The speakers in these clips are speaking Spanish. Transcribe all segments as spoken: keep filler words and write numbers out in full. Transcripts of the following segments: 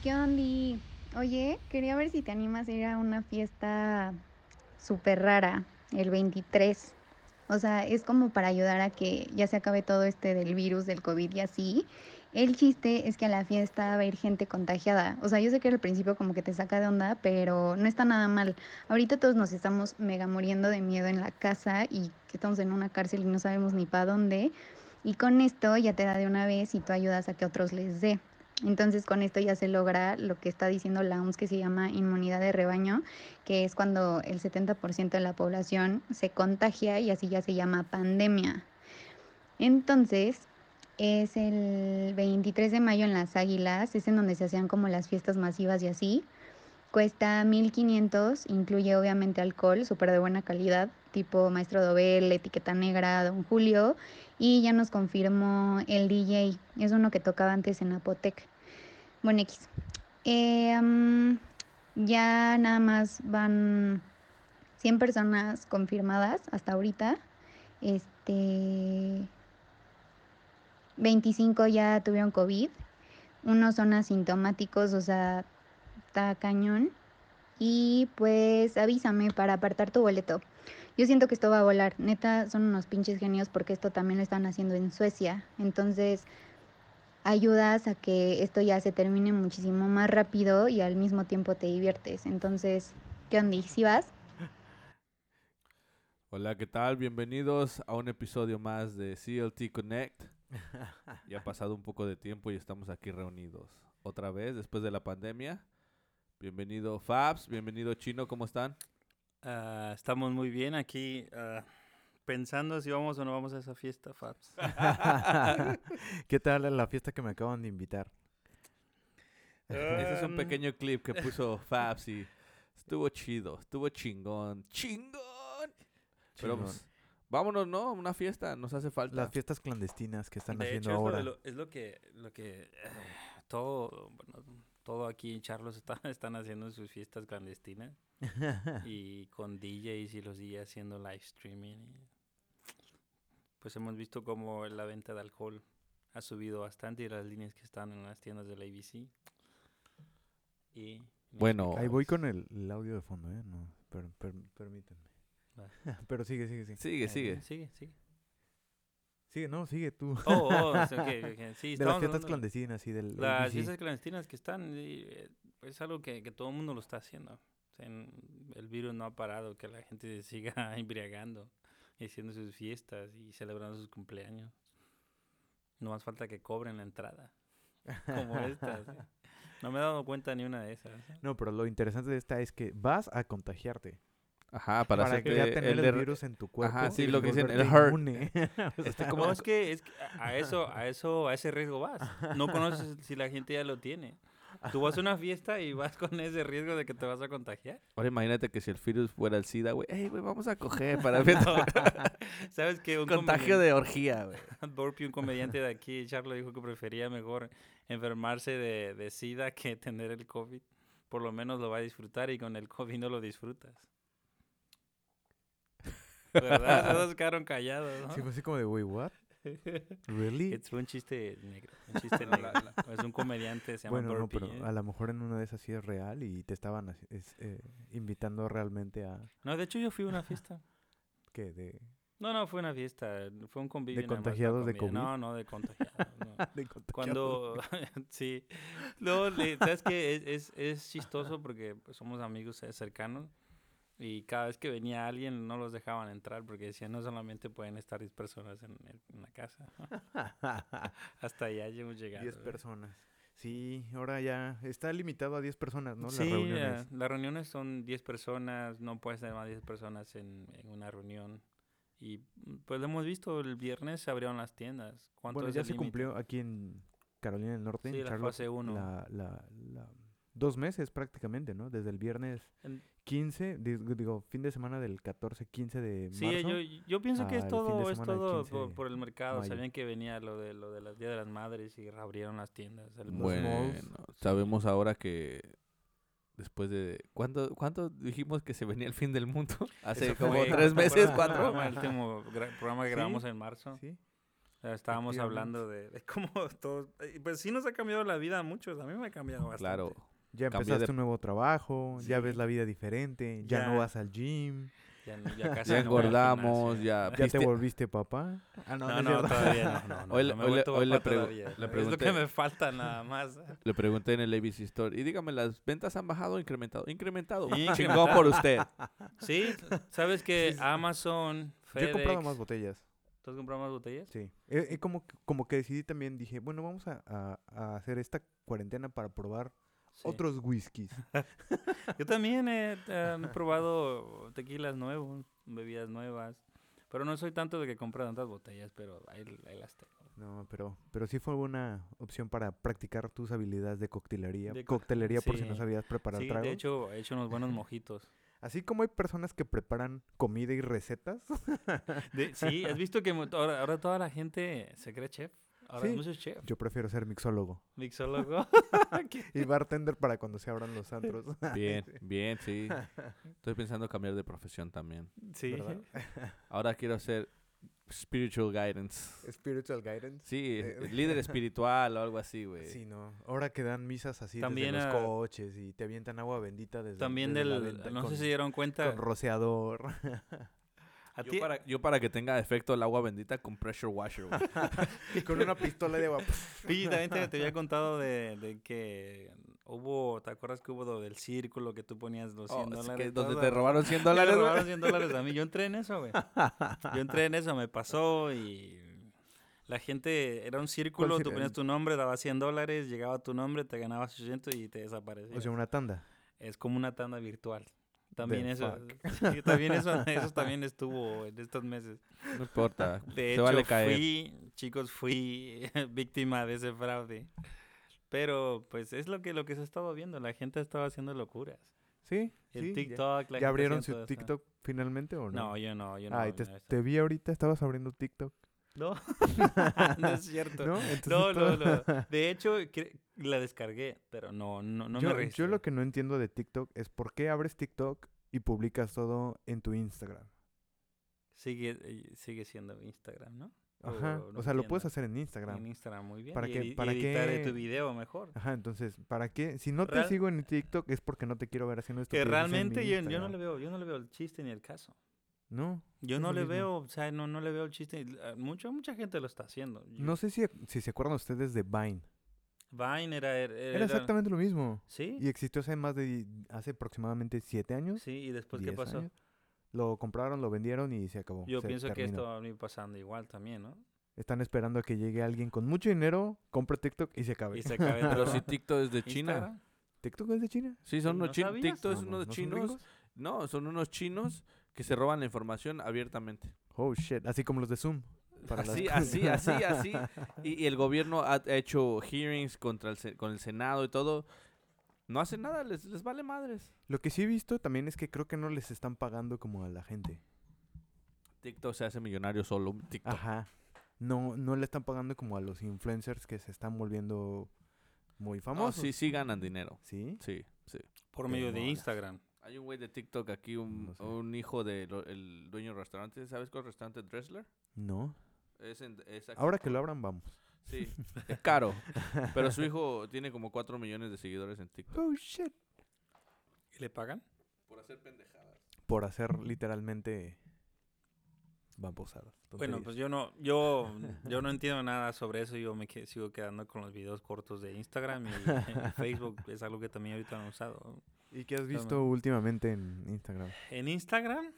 ¿Qué onda? Oye, quería ver si te animas a ir a una fiesta súper rara, el veintitrés. O sea, es como para ayudar a que ya se acabe todo este del virus, del COVID y así. El chiste es que a la fiesta va a ir gente contagiada. O sea, yo sé que al principio como que te saca de onda, pero no está nada mal. Ahorita todos nos estamos mega muriendo de miedo en la casa y que estamos en una cárcel y no sabemos ni para dónde. Y con esto ya te da de una vez y tú ayudas a que otros les dé. Entonces con esto ya se logra lo que está diciendo la O M S, que se llama inmunidad de rebaño, que es cuando el setenta por ciento de la población se contagia y así ya se llama pandemia. Entonces, es el veintitrés de mayo en Las Águilas, es en donde se hacían como las fiestas masivas y así. Cuesta mil quinientos, incluye obviamente alcohol, súper de buena calidad, tipo Maestro Dobel, Etiqueta Negra, Don Julio, y ya nos confirmó el D J, es uno que tocaba antes en Apotec. Bueno, X. Eh, um, ya nada más van cien personas confirmadas hasta ahorita. Este, veinticinco ya tuvieron COVID. Unos son asintomáticos, o sea, está cañón. Y pues avísame para apartar tu boleto. Yo siento que esto va a volar. Neta, son unos pinches genios porque esto también lo están haciendo en Suecia. Entonces, ayudas a que esto ya se termine muchísimo más rápido y al mismo tiempo te diviertes. Entonces, ¿qué onda? ¿Sí vas? Hola, ¿qué tal? Bienvenidos a un episodio más de C L T Connect. Ya ha pasado un poco de tiempo y estamos aquí reunidos otra vez después de la pandemia. Bienvenido Fabs, bienvenido Chino, ¿cómo están? Uh, estamos muy bien aquí uh, pensando si vamos o no vamos a esa fiesta, Fabs. ¿Qué tal la fiesta que me acaban de invitar? Ese es un Um, pequeño clip que puso Fabs y estuvo chido, estuvo chingón, chingón. Pero Chingón. pues, vámonos, ¿no? Una fiesta, nos hace falta. Las fiestas clandestinas que están de haciendo hecho, es ahora. lo, lo- es lo que, lo que eh, todo, bueno, todo aquí en Charlos está, están haciendo sus fiestas clandestinas y con D Js y los D Js haciendo live streaming. Y, pues hemos visto como la venta de alcohol ha subido bastante y las líneas que están en las tiendas de la A B C. Y Bueno, Ahí voy con el, el audio de fondo, ¿eh? No, per, per, permítanme. Va. Pero sigue, sigue, sigue. sigue, Eh, sigue. Sigue, sigue. Sigue, no, sigue tú. Oh, oh, ok, ok. Sí, De las estamos fiestas hablando. clandestinas y del Las A B C. fiestas clandestinas que están, y, eh, es algo que, que todo el mundo lo está haciendo. O sea, en- el virus no ha parado, que la gente se siga embriagando y haciendo sus fiestas y celebrando sus cumpleaños. No más falta que cobren la entrada, como estas. ¿eh? No me he dado cuenta ni una de esas. ¿eh? No, pero lo interesante de esta es que vas a contagiarte. Ajá, para, Para ya hacerte tener el el de... virus en tu cuerpo Ajá, sí, y lo que dicen, el volverte hurt. inmune. O Este sea, como... No, es que, es que a a eso, a eso, a ese riesgo vas. No conoces si la gente ya lo tiene. Tú vas a una fiesta y vas con ese riesgo de que te vas a contagiar. Ahora imagínate que si el virus fuera el SIDA, güey. Ey, güey, vamos a coger para ver. No. ¿Sabes que un Contagio comediante, de orgía, güey. Dorpy, un comediante de aquí, Charlo, dijo que prefería mejor enfermarse de, de SIDA que tener el COVID? Por lo menos lo va a disfrutar y con el COVID no lo disfrutas. ¿Verdad? Todos quedaron callados, ¿no? Sí, fue así como de, wait, what? ¿Really? Es un chiste negro. Un chiste negro. Es un comediante, se llama Bueno, no, Dorpy. pero ¿eh? a lo mejor en una de esas sí es real y te estaban así- es, eh, invitando realmente a... No, de hecho yo fui a una fiesta. ¿Qué? De, No, no, fue una fiesta. Fue un convivio. ¿De nada más, no contagiados de comida. COVID? No, no, de contagiados. No. de contagiados. Cuando, sí, no, le- sabes que es, es, es chistoso porque pues, somos amigos eh, cercanos y cada vez que venía alguien no los dejaban entrar porque decían no solamente pueden estar diez personas en, en la casa. Hasta allá hemos llegado. diez ¿eh? personas. Sí, ahora ya está limitado a diez personas, ¿no? Las Sí, reuniones. eh, las reuniones son diez personas, no puedes tener más de diez personas en, en una reunión. Y mm, pues lo hemos visto, el viernes se abrieron las tiendas. ¿Cuánto Bueno, es ya el se límite? cumplió aquí en Carolina del Norte, Sí, en la Charlotte, fase uno. la, la, la- dos meses prácticamente, ¿no? Desde el viernes En- quince, digo, digo, fin de semana del catorce quince de Sí, marzo. yo, yo pienso que es al fin de todo, es semana del todo quince por, de por el mercado. mayo. Sabían que venía lo de lo de las Día de las Madres y abrieron las tiendas. el- Los Bueno, malls. sabemos ahora que después de... ¿Cuánto, cuánto dijimos que se venía el fin del mundo? Hace Eso como fue tres el meses, programa- cuatro. programa, el último gra- programa que Sí, grabamos en marzo. Sí. sea, estábamos Efectivamente. hablando de, de cómo todo... eh, Pues sí nos ha cambiado la vida a muchos. A mí me ha cambiado bastante. Claro. Ya Cambié empezaste de- un nuevo trabajo, ya ves Sí. la vida diferente, ya, no Ya. vas al gym, Ya, no- ya casi Ya no voy al engordamos, gimnasio. ya- ya te Piste- volviste papá. Ah, No, no, no, es cierto. todavía no. no, no, Hoy no le- me he hoy le- vuelto hoy le papá pregu- todavía. le Es lo pregunté- que me falta nada más. Le pregunté en el A B C Store. Y dígame, ¿las ventas han bajado o incrementado? Incrementado. Incrementado. Chingón por usted. Sí, ¿sabes que Sí, sí. Amazon, Yo FedEx... he comprado más botellas. ¿Tú has comprado más botellas? Sí. Eh, eh, como, que- como que decidí también, dije, bueno, vamos a, a- a hacer esta cuarentena para probar Sí. otros whiskies. Yo también he, eh, he probado tequilas nuevos, bebidas nuevas. Pero no soy tanto de que compre tantas botellas, pero ahí, ahí las tengo. No, pero, pero sí fue una opción para practicar tus habilidades de coctelería. De co- coctelería por si no sí. sabías preparar Sí, tragos. de hecho, he hecho unos buenos mojitos. Así como hay personas que preparan comida y recetas. De- sí, ¿has visto que mo- ahora, ahora toda la gente se cree chef? Ahora Sí. hay muchos chefs. Yo prefiero ser mixólogo Mixólogo. y bartender para cuando se abran los antros. Bien, bien, sí. Estoy pensando cambiar de profesión también. Sí. ¿Verdad? Ahora quiero hacer spiritual guidance. Spiritual guidance. Sí, Eh, líder espiritual o algo así, güey. Sí, no. Ahora que dan misas así También, desde ah, los coches y te avientan agua bendita desde También desde la del... venta No con, sé si se dieron cuenta. con rociador. A Yo ti, para, yo para que tenga efecto el agua bendita con pressure washer, güey. con una pistola de agua. Pi, también te, te había contado de, de que hubo... ¿Te acuerdas que hubo lo del círculo que tú ponías los cien Oh, es dólares? que donde todo? te robaron cien Me dólares, robaron güey. cien dólares a mí. Yo entré en eso, güey. Yo entré en eso, me pasó y... La gente, era un círculo, tú sería? ponías tu nombre, dabas cien dólares, llegaba tu nombre, te ganabas ochocientos y te desaparecía. O sea, una tanda. Es como una tanda virtual. También The eso, fuck. sí, también eso, eso también estuvo en estos meses. No importa. De Se hecho, vale caer. fui, chicos, fui víctima de ese fraude. Pero, pues, es lo que, lo que se estaba viendo. La gente estaba haciendo locuras. Sí, El sí. ya- TikTok, la ¿Ya, gente abrieron hacía su todo eso. TikTok finalmente o no? No, yo no, yo no. Ay, te, no, te vi ahorita, estabas abriendo TikTok. no. No es cierto. ¿No? Entonces No, no, todo- no. De hecho, cre- la descargué, pero no, no, no yo, me yo registré. lo que no entiendo de TikTok es por qué abres TikTok y publicas todo en tu Instagram. Sigue, eh, sigue siendo Instagram, ¿no? Ajá. no O sea, lo entiendo. puedes hacer en Instagram. En Instagram, muy bien. ¿Para y qué- edi- para y editar qué? tu video mejor. Ajá, entonces, ¿para qué? Si no te Real- sigo en TikTok es porque no te quiero ver haciendo esto. Que realmente yo, yo no le veo, yo no le veo el chiste ni el caso. No. Yo Es no lo le mismo. veo, o sea, no, no le veo el chiste. y, ah, Mucha, mucha gente lo está haciendo. Yo- No sé si, si se acuerdan ustedes de Vine. Vine era, era, Era exactamente lo mismo. Sí, Y existió hace más de, hace aproximadamente siete años. sí, y después, ¿qué diez pasó? años. Lo compraron, lo vendieron y se acabó. Yo se pienso que terminó. esto va a ir pasando igual también, ¿no? Están esperando a que llegue alguien con mucho dinero, compre TikTok y se acabe. Y se acabe Pero todo. si TikTok es de China. Instagram. ¿TikTok es de China? Sí, son ¿No unos chinos. sabías? TikTok es No, no, uno de ¿no son chinos. gringos? No, son unos chinos que se roban la información abiertamente. Oh, shit. Así como los de Zoom. para las Así, cosas. así, así, así. Y, y el gobierno ha hecho hearings contra el, se- con el Senado y todo. No hacen nada, les, les vale madres. Lo que sí he visto también es que creo que no les están pagando como a la gente. TikTok se hace millonario solo. TikTok. Ajá. No, no le están pagando como a los influencers que se están volviendo muy No, famosos. sí, sí ganan dinero. ¿Sí? Sí, sí. Por Qué medio de mola. Instagram. Hay un güey de TikTok aquí, un, No sé. un hijo del dueño del restaurante. ¿Sabes cuál es el restaurante Dressler? No. Es en- es aquí- Ahora que lo abran, vamos. Sí, es caro. Pero su hijo tiene como cuatro millones de seguidores en TikTok. Oh, shit. ¿Y le pagan? Por hacer pendejadas. Por hacer literalmente babosadas. Bueno, tonterías. pues yo no, yo, yo no entiendo nada sobre eso. Yo me que- sigo quedando con los videos cortos de Instagram y, y Facebook es algo que también ahorita no he usado. ¿Y qué has Toma. visto últimamente en Instagram? En Instagram,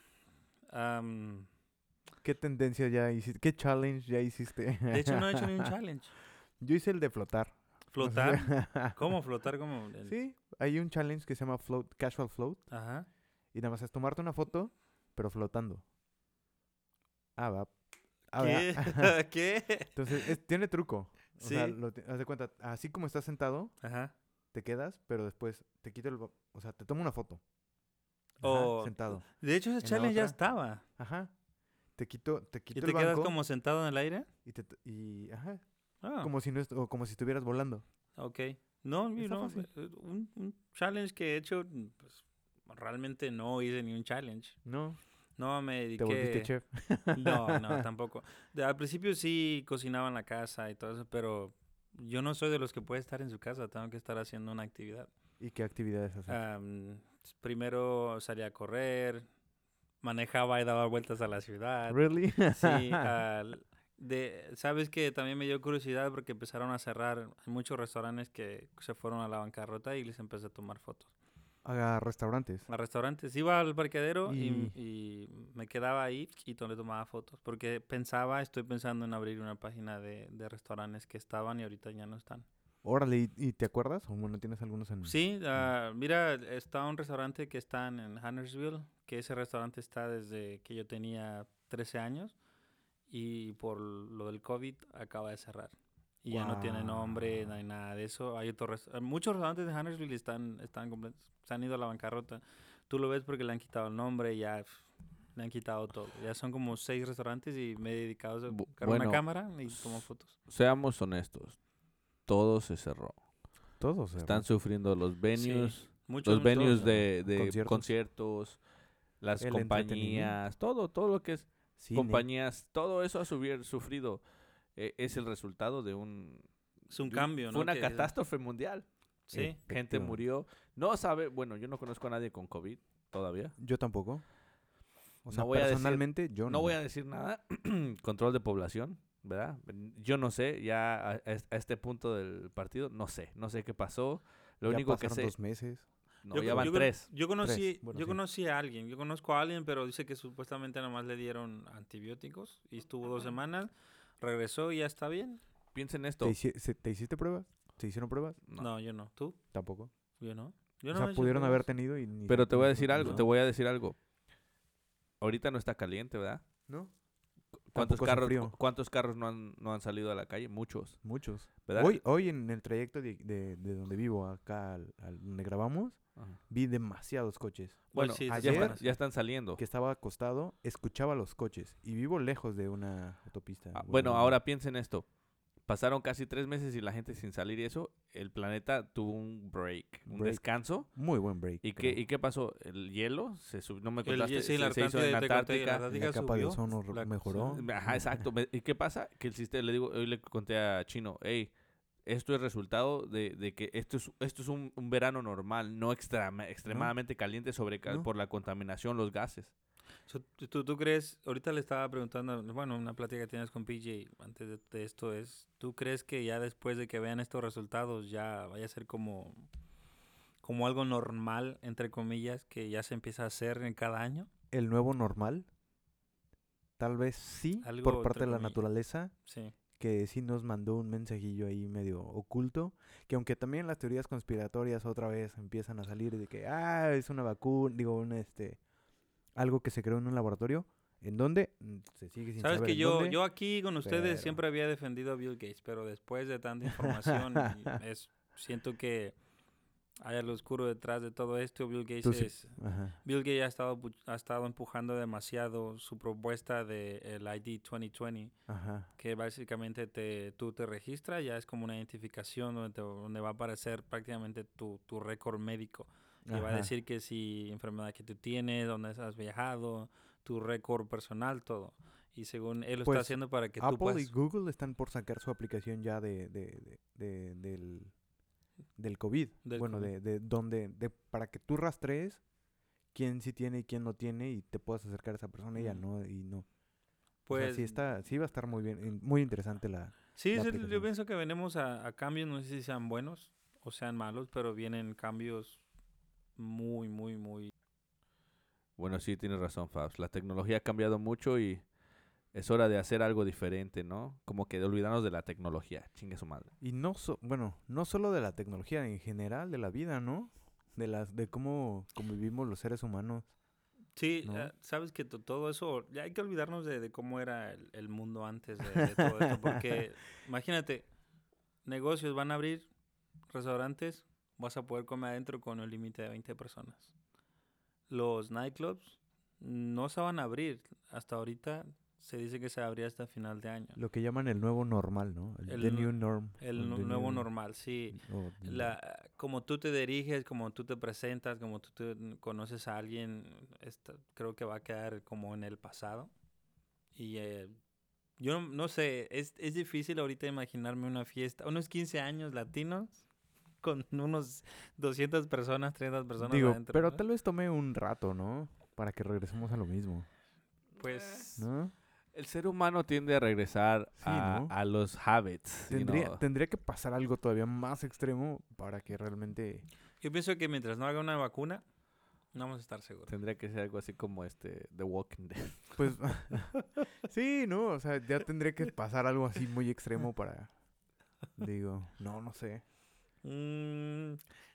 am, ¿Qué tendencia ya hiciste? ¿Qué challenge ya hiciste? de hecho no he hecho ni un challenge. Yo hice el de flotar. ¿Flotar? ¿Cómo flotar? ¿Cómo? El- Sí, hay un challenge que se llama float, casual float. Ajá. Y nada más es tomarte una foto, pero flotando. Ah, va. Ah, va. ¿Qué? ¿Qué? Entonces, es- tiene truco. O sea, Sí. lo te- haz de cuenta, así como estás sentado, Ajá. te quedas, pero después te quito el... va- O sea, te tomo una foto. Ajá, O- sentado. De hecho, ese En la challenge ya otra. estaba. Ajá. Te quito, te ¿Y quito te el quedas banco como sentado en el aire? y te... t- Y, ajá. Ah, Como si no est- o como si estuvieras volando. ok. No, you Está know, fácil. eh, un, un challenge que he hecho, pues realmente no hice ni un challenge. No. No, me dediqué... ¿Te volviste chef? No, no, tampoco. De- al principio sí cocinaba en la casa y todo eso, pero yo no soy de los que puede estar en su casa, tengo que estar haciendo una actividad. ¿Y qué actividades haces? Am, primero salía a correr, manejaba y daba vueltas a la ciudad. ¿Really? Sí, al- de, sabes que también me dio curiosidad porque empezaron a cerrar. Hay muchos restaurantes que se fueron a la bancarrota y les empecé a tomar fotos. A restaurantes. A restaurantes. Iba al parqueadero y, Y- y me quedaba ahí y to- le tomaba fotos. Porque pensaba, estoy pensando en abrir una página de, de restaurantes que estaban y ahorita ya no están. Órale, ¿y, y te acuerdas? ¿O bueno, tienes algunos en...? Sí, ah, mira, está un restaurante que está en Huntersville, que ese restaurante está desde que yo tenía trece años y por lo del COVID acaba de cerrar. Y ya no tiene nombre, no hay nada de eso. Hay otros rest- muchos restaurantes de Huntersville están, están completos, se han ido a la bancarrota. Tú lo ves porque le han quitado el nombre y ya pf, le han quitado todo. Ya son como seis restaurantes y me he dedicado a Bu- buscar una bueno, cámara y tomo fotos. Seamos honestos, todo se cerró. Todos. ¿eh? Están sufriendo los venues, Muchos, los venues todos, de, de Conciertos. conciertos. las El compañías, todo, todo lo que es Cine. compañías, todo eso ha subir- sufrido. Eh, es el resultado de un... Es un de cambio, Fue ¿no? una Que- catástrofe mundial. Sí. Gente Efectivamente. murió. No sabe, bueno, yo no conozco a nadie con COVID todavía. Yo tampoco. O sea, No voy a decir- personalmente yo no. No voy a decir nada. Control de población, ¿verdad? Yo no sé, ya a, a es- a este punto del partido, no sé. No sé qué pasó. Lo Ya único que pasaron sé... dos meses. No, Yo ya co- van yo con- tres. Yo conocí, Tres, bueno, yo sí. conocí a alguien, yo conozco a alguien, pero dice que supuestamente nomás le dieron antibióticos y estuvo dos semanas, regresó y ya está bien. Piensen esto. ¿Te, hici- se- ¿te hiciste pruebas? ¿Se hicieron pruebas? No. No, yo no. ¿Tú? Tampoco. Yo no. Yo O no sea, me hice pudieron haber pruebas. tenido y ni Pero se- te voy a ni decir se- algo, no. te voy a decir algo. Ahorita no está caliente, ¿verdad? ¿No? ¿Cuántos Tampoco hace carros, frío. cu- ¿Cuántos carros no han, no han salido a la calle? Muchos, Muchos. ¿verdad? Hoy, hoy en el trayecto de, de, de donde vivo, acá al, al donde grabamos, Ajá. vi demasiados coches. Hoy Bueno, sí, esta ya, ayer- están, ya están saliendo. Que estaba acostado, escuchaba los coches. Y vivo lejos de una autopista. Ah, bueno, bueno, una- ahora piensen esto. Pasaron casi tres meses y la gente sin salir y eso, el planeta tuvo un break, un Break. descanso. Muy buen break. ¿Y qué, creo. ¿Y qué pasó? El hielo, se sub- no me El- contaste, sí, la se, se hizo Antártida, en la te conté, Antártica. la Antártica La capa de subió, ozono la- mejoró. Ajá, exacto. Me- ¿Y qué pasa? Que el sistema, le digo, hoy le conté a Chino, hey, esto es resultado de, de que esto es, esto es un, un verano normal, no extrema- extremadamente caliente sobre ca- No. por la contaminación, los gases. So, ¿tú- ¿tú, ¿Tú crees, ahorita le estaba preguntando, bueno, una plática que tienes con P J antes de, de esto es, ¿tú crees que ya después de que vean estos resultados ya vaya a ser como, como algo normal, entre comillas, que ya se empieza a hacer en cada año? El nuevo normal. Tal vez sí, Algo por parte entre de la comillas. naturaleza. Sí. Que sí nos mandó un mensajillo ahí medio oculto, que aunque también las teorías conspiratorias otra vez empiezan a salir de que, ah, es una vacuna, digo, un, este, algo que se creó en un laboratorio, ¿en dónde? Mm, Se sigue sin Sabes saber que en yo, dónde. yo aquí con ustedes pero- siempre había defendido a Bill Gates, pero después de tanta información, y es, siento que hay algo oscuro detrás de todo esto. Bill Gates Tú sí- es... Ajá. Bill Gates ha estado, pu- ha estado empujando demasiado su propuesta de el I D veinte veinte, Ajá. que básicamente te, tú te registras, ya es como una identificación donde, te- donde va a aparecer prácticamente tu, tu récord médico. Y va a Ajá. decir que si enfermedad que tú tienes, dónde has viajado, tu récord personal, todo. Y según él lo Pues, está haciendo para que tú Apple puedas... y Google están por sacar su aplicación ya de, de, de- de- del, del COVID. Del bueno, COVID. de, de donde, de, para que tú rastrees quién sí tiene y quién no tiene y te puedas acercar a esa persona y ya Mm. no, y no. Pues, o sea, sí está, sí va a estar muy bien, in- muy interesante la... sí, la sí, yo aplicación. pienso que venimos a, a cambios, no sé si sean buenos o sean malos, pero vienen cambios muy, muy, muy... Bueno, sí, tienes razón, Fabs. La tecnología ha cambiado mucho y es hora de hacer algo diferente, ¿no? Como que de olvidarnos de la tecnología. Chingue su madre. Y no, so- bueno, no solo de la tecnología, en general de la vida, ¿no? De las, de cómo convivimos los seres humanos. Sí, ¿no? eh, sabes que to- todo eso, ya hay que olvidarnos de, de cómo era el, el mundo antes de, de todo esto, porque imagínate, negocios van a abrir, restaurantes, vas a poder comer adentro con el límite de veinte personas. Los nightclubs no se van a abrir, hasta ahorita Se dice que se abría hasta final de año. Lo que llaman el nuevo normal, ¿no? El, El the nu- new norm. El o nu- the nuevo new- normal, sí. o- La, como tú te diriges, como tú te presentas, como tú te- conoces a alguien, esta- creo que va a quedar como en el pasado. Y eh, yo no, no sé, es, es difícil ahorita imaginarme una fiesta, unos quince años latinos con unos doscientas personas, trescientas personas Digo, adentro. pero ¿no? tal vez tome un rato, ¿no? Para que regresemos a lo mismo, Pues ¿no? El ser humano tiende a regresar Sí, a, ¿no? a los habits. you Tendría, know. tendría que pasar algo todavía más extremo para que realmente... yo pienso que mientras no haga una vacuna, no vamos a estar seguros. Tendría que ser algo así como este The Walking Dead. Pues sí, ¿no? O sea, ya tendría que pasar algo así muy extremo para... Digo, no, no sé. Mm,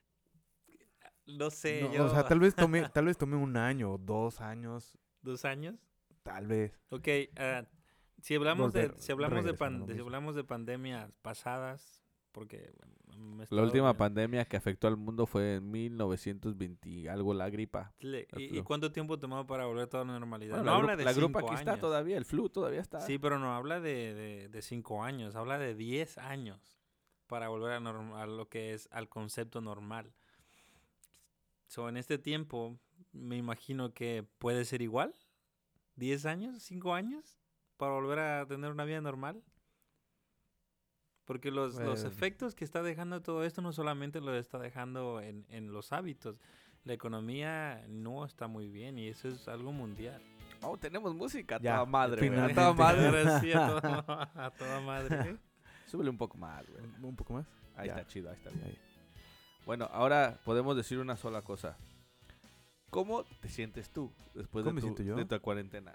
no sé, No, yo... O sea, tal vez tome, tal vez tome un año, dos años, ¿Dos años? tal vez. Ok, ah, si hablamos Volver- de si hablamos de, regresar a pan- lo de- si mismo. hablamos de pandemias pasadas, porque bueno, me he La estado última viendo- pandemia que afectó al mundo fue en mil novecientos veinte y algo, la gripa. Le- el ¿Y, y flu. cuánto tiempo tomó para volver a toda la normalidad? Bueno, no la, habla gru- de la grupa cinco aquí está años. todavía, el flu todavía está. Sí, pero no habla de, de, de cinco años, habla de diez años para volver a, norm- a lo que es al concepto normal. So, en este tiempo, me imagino que puede ser igual. ¿diez años? ¿cinco años? Para volver a tener una vida normal. Porque los, los Eh. efectos que está dejando todo esto no solamente lo está dejando en, en los hábitos. La economía no está muy bien y eso es algo mundial. Oh, tenemos música a Ya, toda madre, güey. A finalmente. toda madre. Ahora sí, a toda, a toda madre. Súbele un poco más, güey. ¿Un, un poco más? Ahí Ya. está chido, ahí está bien. Ahí. Bueno, ahora podemos decir una sola cosa. ¿Cómo te sientes tú después ¿Cómo de me tu, siento yo? de tu cuarentena?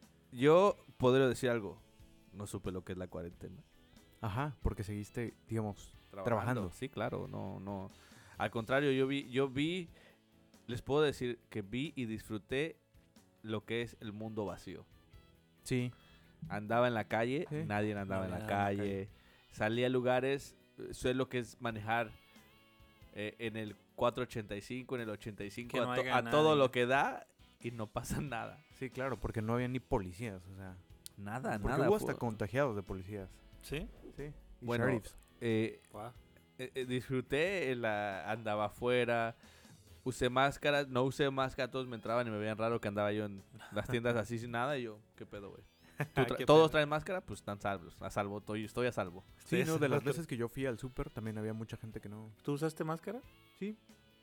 Yo podría decir algo. No supe lo que es la cuarentena. Ajá, porque seguiste, digamos, Trabajando. Trabajando. Sí, claro, no, no. Al contrario, yo vi, yo vi, les puedo decir que vi y disfruté lo que es el mundo vacío. sí. Andaba en la calle, Sí. nadie andaba en Nadie la andaba en la calle. Salía a lugares, eh, sé lo que es manejar eh, en el cuatrocientos ochenta y cinco, en el ochenta y cinco, Que no a, to- haya a todo nadie. lo que da y no pasa nada. Sí, claro, porque no había ni policías, o sea. Nada, Porque nada. hubo fue- hasta contagiados de policías. ¿Sí? Sí. Y Bueno, sheriffs. eh, Wow. eh, eh, disfruté, la, andaba afuera, usé máscara, no usé máscara, todos me entraban y me veían raro que andaba yo en las tiendas así sin nada y yo, ¿qué pedo, güey? ¿Tú tra- Qué ¿Todos pedo. traen máscara? Pues están salvos, a salvo, estoy, estoy a salvo. Sí, Sí, no, eso de es las otro- veces que yo fui al súper también había mucha gente que no. ¿Tú usaste máscara? Sí.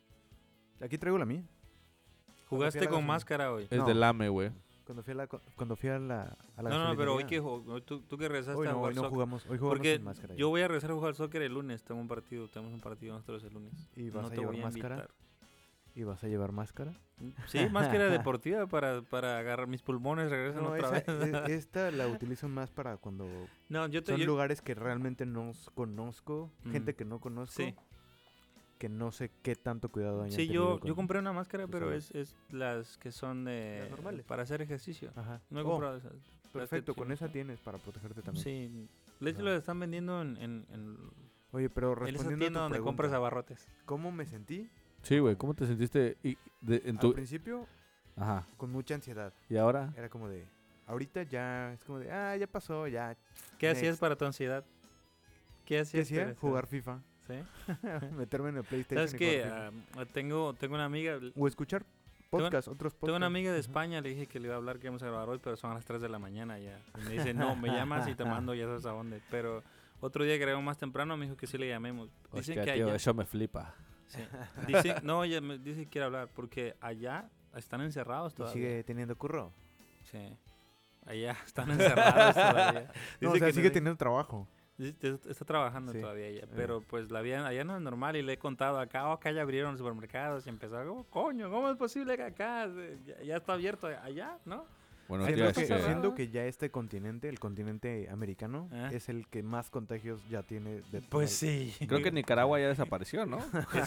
Aquí traigo la mía. ¿Jugaste fui a la con gasolina- máscara hoy? Es No. del AME, güey. Cuando fui a la, co- cuando fui a la, a la No, no, pero hoy que gasolinería. jug- hoy tú, tú que regresaste Hoy a no, jugar hoy no soccer. jugamos, hoy jugamos Porque sin máscara. yo voy a regresar a jugar soccer el lunes, tengo un partido, tenemos un partido nosotros el lunes. ¿Y vas no a te llevar voy a máscara? invitar. ¿Y vas a llevar máscara? Sí, máscara deportiva para, para agarrar mis pulmones, regresan No, otra esa- vez. e- esta la utilizo más para cuando No, yo te son yo- lugares que realmente no s- conozco, gente Mm. que no conozco, Sí, que no sé qué tanto cuidado hayan sí tenido yo, con- yo compré una máscara, con pero salud. es, es las que son de Las normales. para hacer ejercicio. Ajá. No he Oh, comprado esas. las que perfecto, con tú- esa tienes para protegerte también. Sí, de hecho Ajá. las están vendiendo en, en, en, Oye, pero en esa respondiendo a tienda tu donde pregunta, compras abarrotes. ¿cómo me sentí? Sí, güey, ¿cómo te sentiste y de- en Al tu... principio, Ajá, con mucha ansiedad. ¿y ahora? Era como de, ahorita ya, es como de, ah, ya pasó, ya. ¿Qué hacías Next. para tu ansiedad? ¿Qué ¿Qué hacías? hacía? para- Jugar FIFA, ¿Sí? meterme en el PlayStation ¿Sabes y qué? jugar FIFA. Ah, tengo, tengo una amiga, O escuchar podcast, otros podcasts. tengo una amiga de Ajá. España, le dije que le iba a hablar que íbamos a grabar hoy, pero son a las tres de la mañana ya. Y me dice, no, me llamas y te mando ya sabes a dónde. Pero otro día que grabamos más temprano me dijo que sí le llamemos. Dicen Hostia, que tío, allá... eso me flipa. sí. Dicen, no, ella me dice que quiere hablar, porque allá están encerrados Y todavía. sigue teniendo curro. Sí. Allá están encerrados todavía. No, o Dice sea, que sigue no- teniendo trabajo. Dice que está trabajando Sí. todavía ella, Eh. pero pues la vida allá no es normal y le he contado acá, oh, acá ya abrieron supermercados y empezó, oh, coño, ¿cómo es posible que acá eh, ya, ya está abierto allá, no? Bueno, Ay, tío, no es Siento que, pasa que- nada. siento que ya este continente, el continente americano, Ah. es el que más contagios ya tiene. De Pues sí. creo que Nicaragua ya desapareció, ¿no?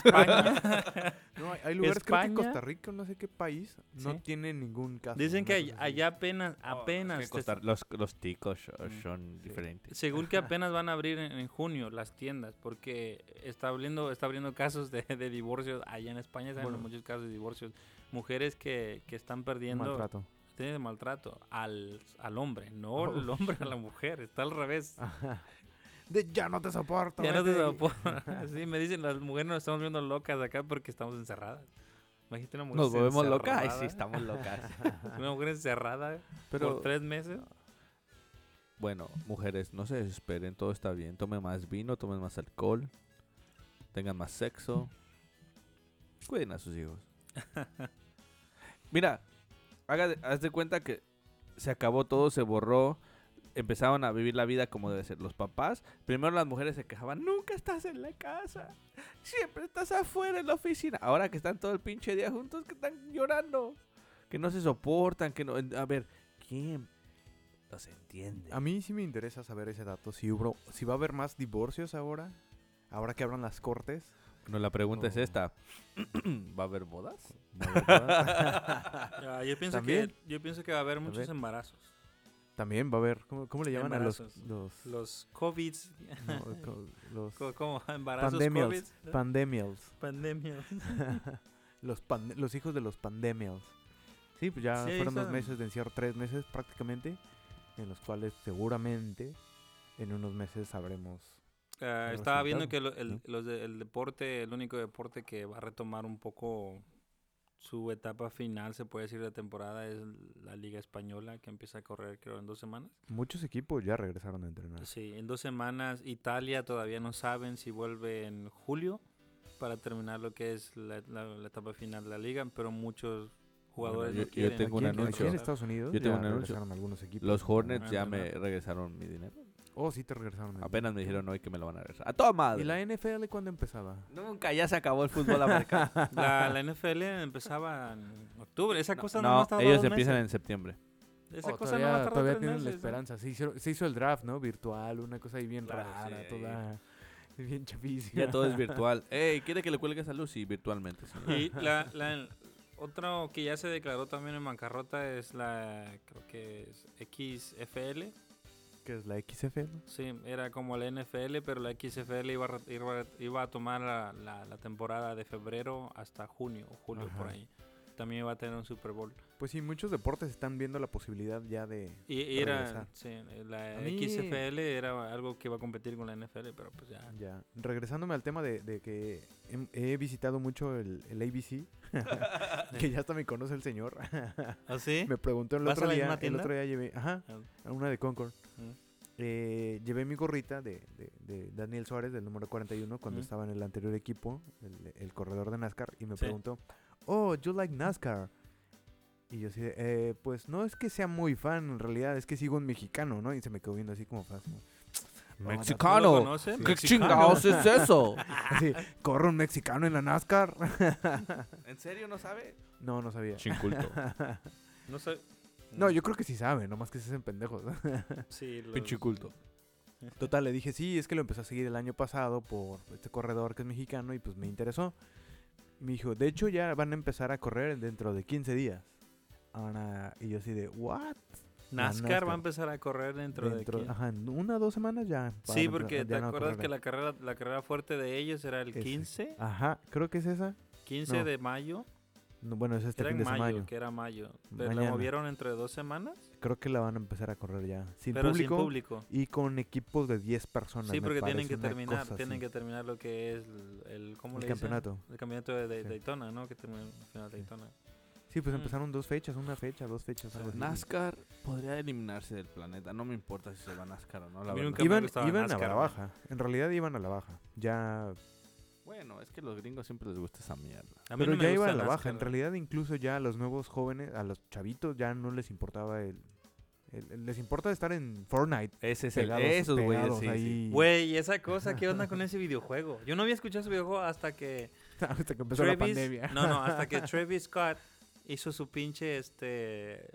España. No, hay, hay lugares, creo que España. Costa Rica, no sé qué país, no Sí. tiene ningún caso. Dicen que una all- cosa así. allá apenas, Oh, apenas, es que te- Costa- los, los ticos son, Mm. son Sí. diferentes. según que apenas van a abrir en, en junio las tiendas, porque está abriendo, está abriendo casos de, de divorcios allá en España, saben Bueno. muchos casos de divorcios, mujeres que, que están perdiendo, Maltrato. tiene maltrato al, al hombre, no oh. el hombre a la mujer, está al revés. Ajá. De ya no te soporto. Ya no te soporto. Sí, me dicen, las mujeres nos estamos viendo locas acá porque estamos encerradas. Imagínate una mujer ¿Nos volvemos encerrada. locas? Ay, sí, estamos locas. Una mujer encerrada Pero, por tres meses. Bueno, mujeres, no se desesperen, todo está bien. Tomen más vino, tomen más alcohol, tengan más sexo. Cuiden a sus hijos. Mira, haga de, haz de cuenta que se acabó todo, se borró. Empezaron a vivir la vida como debe ser. Los papás, primero las mujeres se quejaban, nunca estás en la casa, siempre estás afuera en la oficina. Ahora que están todo el pinche día juntos, que están llorando, que no se soportan, que no... A ver, ¿quién los entiende? A mí sí me interesa saber ese dato, si, hubo, si va a haber más divorcios ahora, ahora que abran las cortes. No, la pregunta Oh. es esta. ¿Va a haber bodas? ¿Va a haber bodas? Ya, yo, pienso ¿También? que, yo pienso que va a haber muchos ¿También? embarazos. También va a haber, ¿cómo, cómo le llaman Embarazos. a los... los, Los COVIDs. no, co- los Co- ¿Cómo? Embarazos pandemials, COVID. ¿no? pandemials. Pandemias. los, pande- los hijos de los pandemials. Sí, pues ya Sí, fueron dos son- meses de encierro, tres meses prácticamente, en los cuales seguramente en unos meses sabremos. Ah, el estaba viendo que resultado, lo- el, los de- el deporte, el único deporte que va a retomar un poco su etapa final, se puede decir, de temporada es la Liga Española, que empieza a correr creo en dos semanas. Muchos equipos ya regresaron a entrenar. Sí, en dos semanas. Italia todavía no saben si vuelve en julio para terminar lo que es la, la- la etapa final de la liga, pero muchos jugadores Bueno, yo- no yo quieren. tengo Aquí, un en- anuncio. aquí en Estados Unidos Yo tengo ya un anuncio. regresaron algunos equipos. Los Hornets Ah, ya me entrenar. regresaron mi dinero. Oh, sí te regresaron. el- Apenas me dijeron hoy que me lo van a regresar. ¡A toda madre! ¿Y la N F L cuándo empezaba? Nunca, ya se acabó el fútbol americano. La, la N F L empezaba en octubre. Esa cosa no, no, va a estar ellos dos empiezan meses. en septiembre. Esa Oh, cosa todavía no va a tardar todavía tres tienen la meses, ¿no? esperanza. Se hizo, se hizo el draft, ¿no? Virtual, una cosa ahí bien Claro, rara, sí. toda bien chapísima. Ya todo es virtual. Ey, ¿quiere que le cuelgue salud? Sí, virtualmente. señor. Y la, la otro que ya se declaró también en bancarrota es la, creo que es X F L. ¿Qué es la X F L? Sí, era como la N F L, pero la X F L iba a, re- iba, a- iba a tomar la, la, la temporada de febrero hasta junio o julio, Ajá. por ahí. También iba a tener un Super Bowl. Pues sí, muchos deportes están viendo la posibilidad ya de... Y, y era, regresar. sí, la A mí- X F L era algo que iba a competir con la N F L, pero pues ya. Ya, regresándome al tema de, de que he, he visitado mucho el, el A B C, que ya hasta me conoce el señor. ¿Ah, sí? Me preguntó el ¿Vas a otro la día, misma el tienda? otro día llevé, ajá, Ah, a una de Concord. mm. Eh, llevé mi gorrita de, de, de Daniel Suárez, del número cuarenta y uno, cuando Ujú. estaba en el anterior equipo, el, el corredor de NASCAR, y me Sí. preguntó, oh, you like NASCAR? Y yo así, de, eh, pues no es que sea muy fan, en realidad es que sigo un mexicano, ¿no? Y se me quedó viendo así como fácil. ¿No lo ¡Mexicano! conoce? ¿Qué Mexicano. chingados es eso? Así, ¿corre un mexicano en la NASCAR? ¿En serio no sabe? No, no sabía. Chinculto. No sé. No, yo creo que sí sabe, nomás que se hacen pendejos. Sí, los- Pinche culto. Total, le dije, sí, es que lo empecé a seguir el año pasado por este corredor que es mexicano y pues me interesó. Y me dijo, de hecho ya van a empezar a correr dentro de quince días. Ahora, y yo así de, ¿what? NASCAR, NASCAR. va a empezar a correr dentro, Dentro, de aquí. ajá, en una o dos semanas ya. van Sí, a porque empezar- te ya no acuerdas que correrán. la carrera, la carrera fuerte de ellos era el Ese. quince, Ajá, creo que es esa. quince no. de mayo. No, bueno, es este Era fin en de mayo, semana. que era mayo. Pero la Mañana. movieron entre dos semanas, Creo que la van a empezar a correr ya. Sin pero público. sin público. Y con equipos de diez personas. Sí, me porque tienen parece, que una terminar, cosa tienen así. que terminar lo que es el, el ¿cómo El le dicen? campeonato. El campeonato de, de Sí. Daytona, ¿no? Que terminó en el final de Daytona. Sí, pues Mm. empezaron dos fechas, una fecha, dos fechas. algo así. NASCAR podría eliminarse del planeta. No me importa si se va NASCAR o no, la A mí verdad. nunca me Iban, gustaba iban a NASCAR, la güey. baja. En realidad iban a la baja. Ya. Bueno, es que a los gringos siempre les gusta esa mierda. A mí Pero no me ya iba gusta a la baja. NASCAR, En güey. realidad, incluso ya a los nuevos jóvenes, a los chavitos, ya no les importaba el. el- el- les importa estar en Fortnite. Ese es el, Pegados, esos güeyes, pegados sí, sí. ahí. Güey, esa cosa, ¿qué onda con ese videojuego? Yo no había escuchado ese videojuego hasta que Hasta que empezó la Travis, pandemia. no, no, hasta que Travis Scott hizo su pinche, este,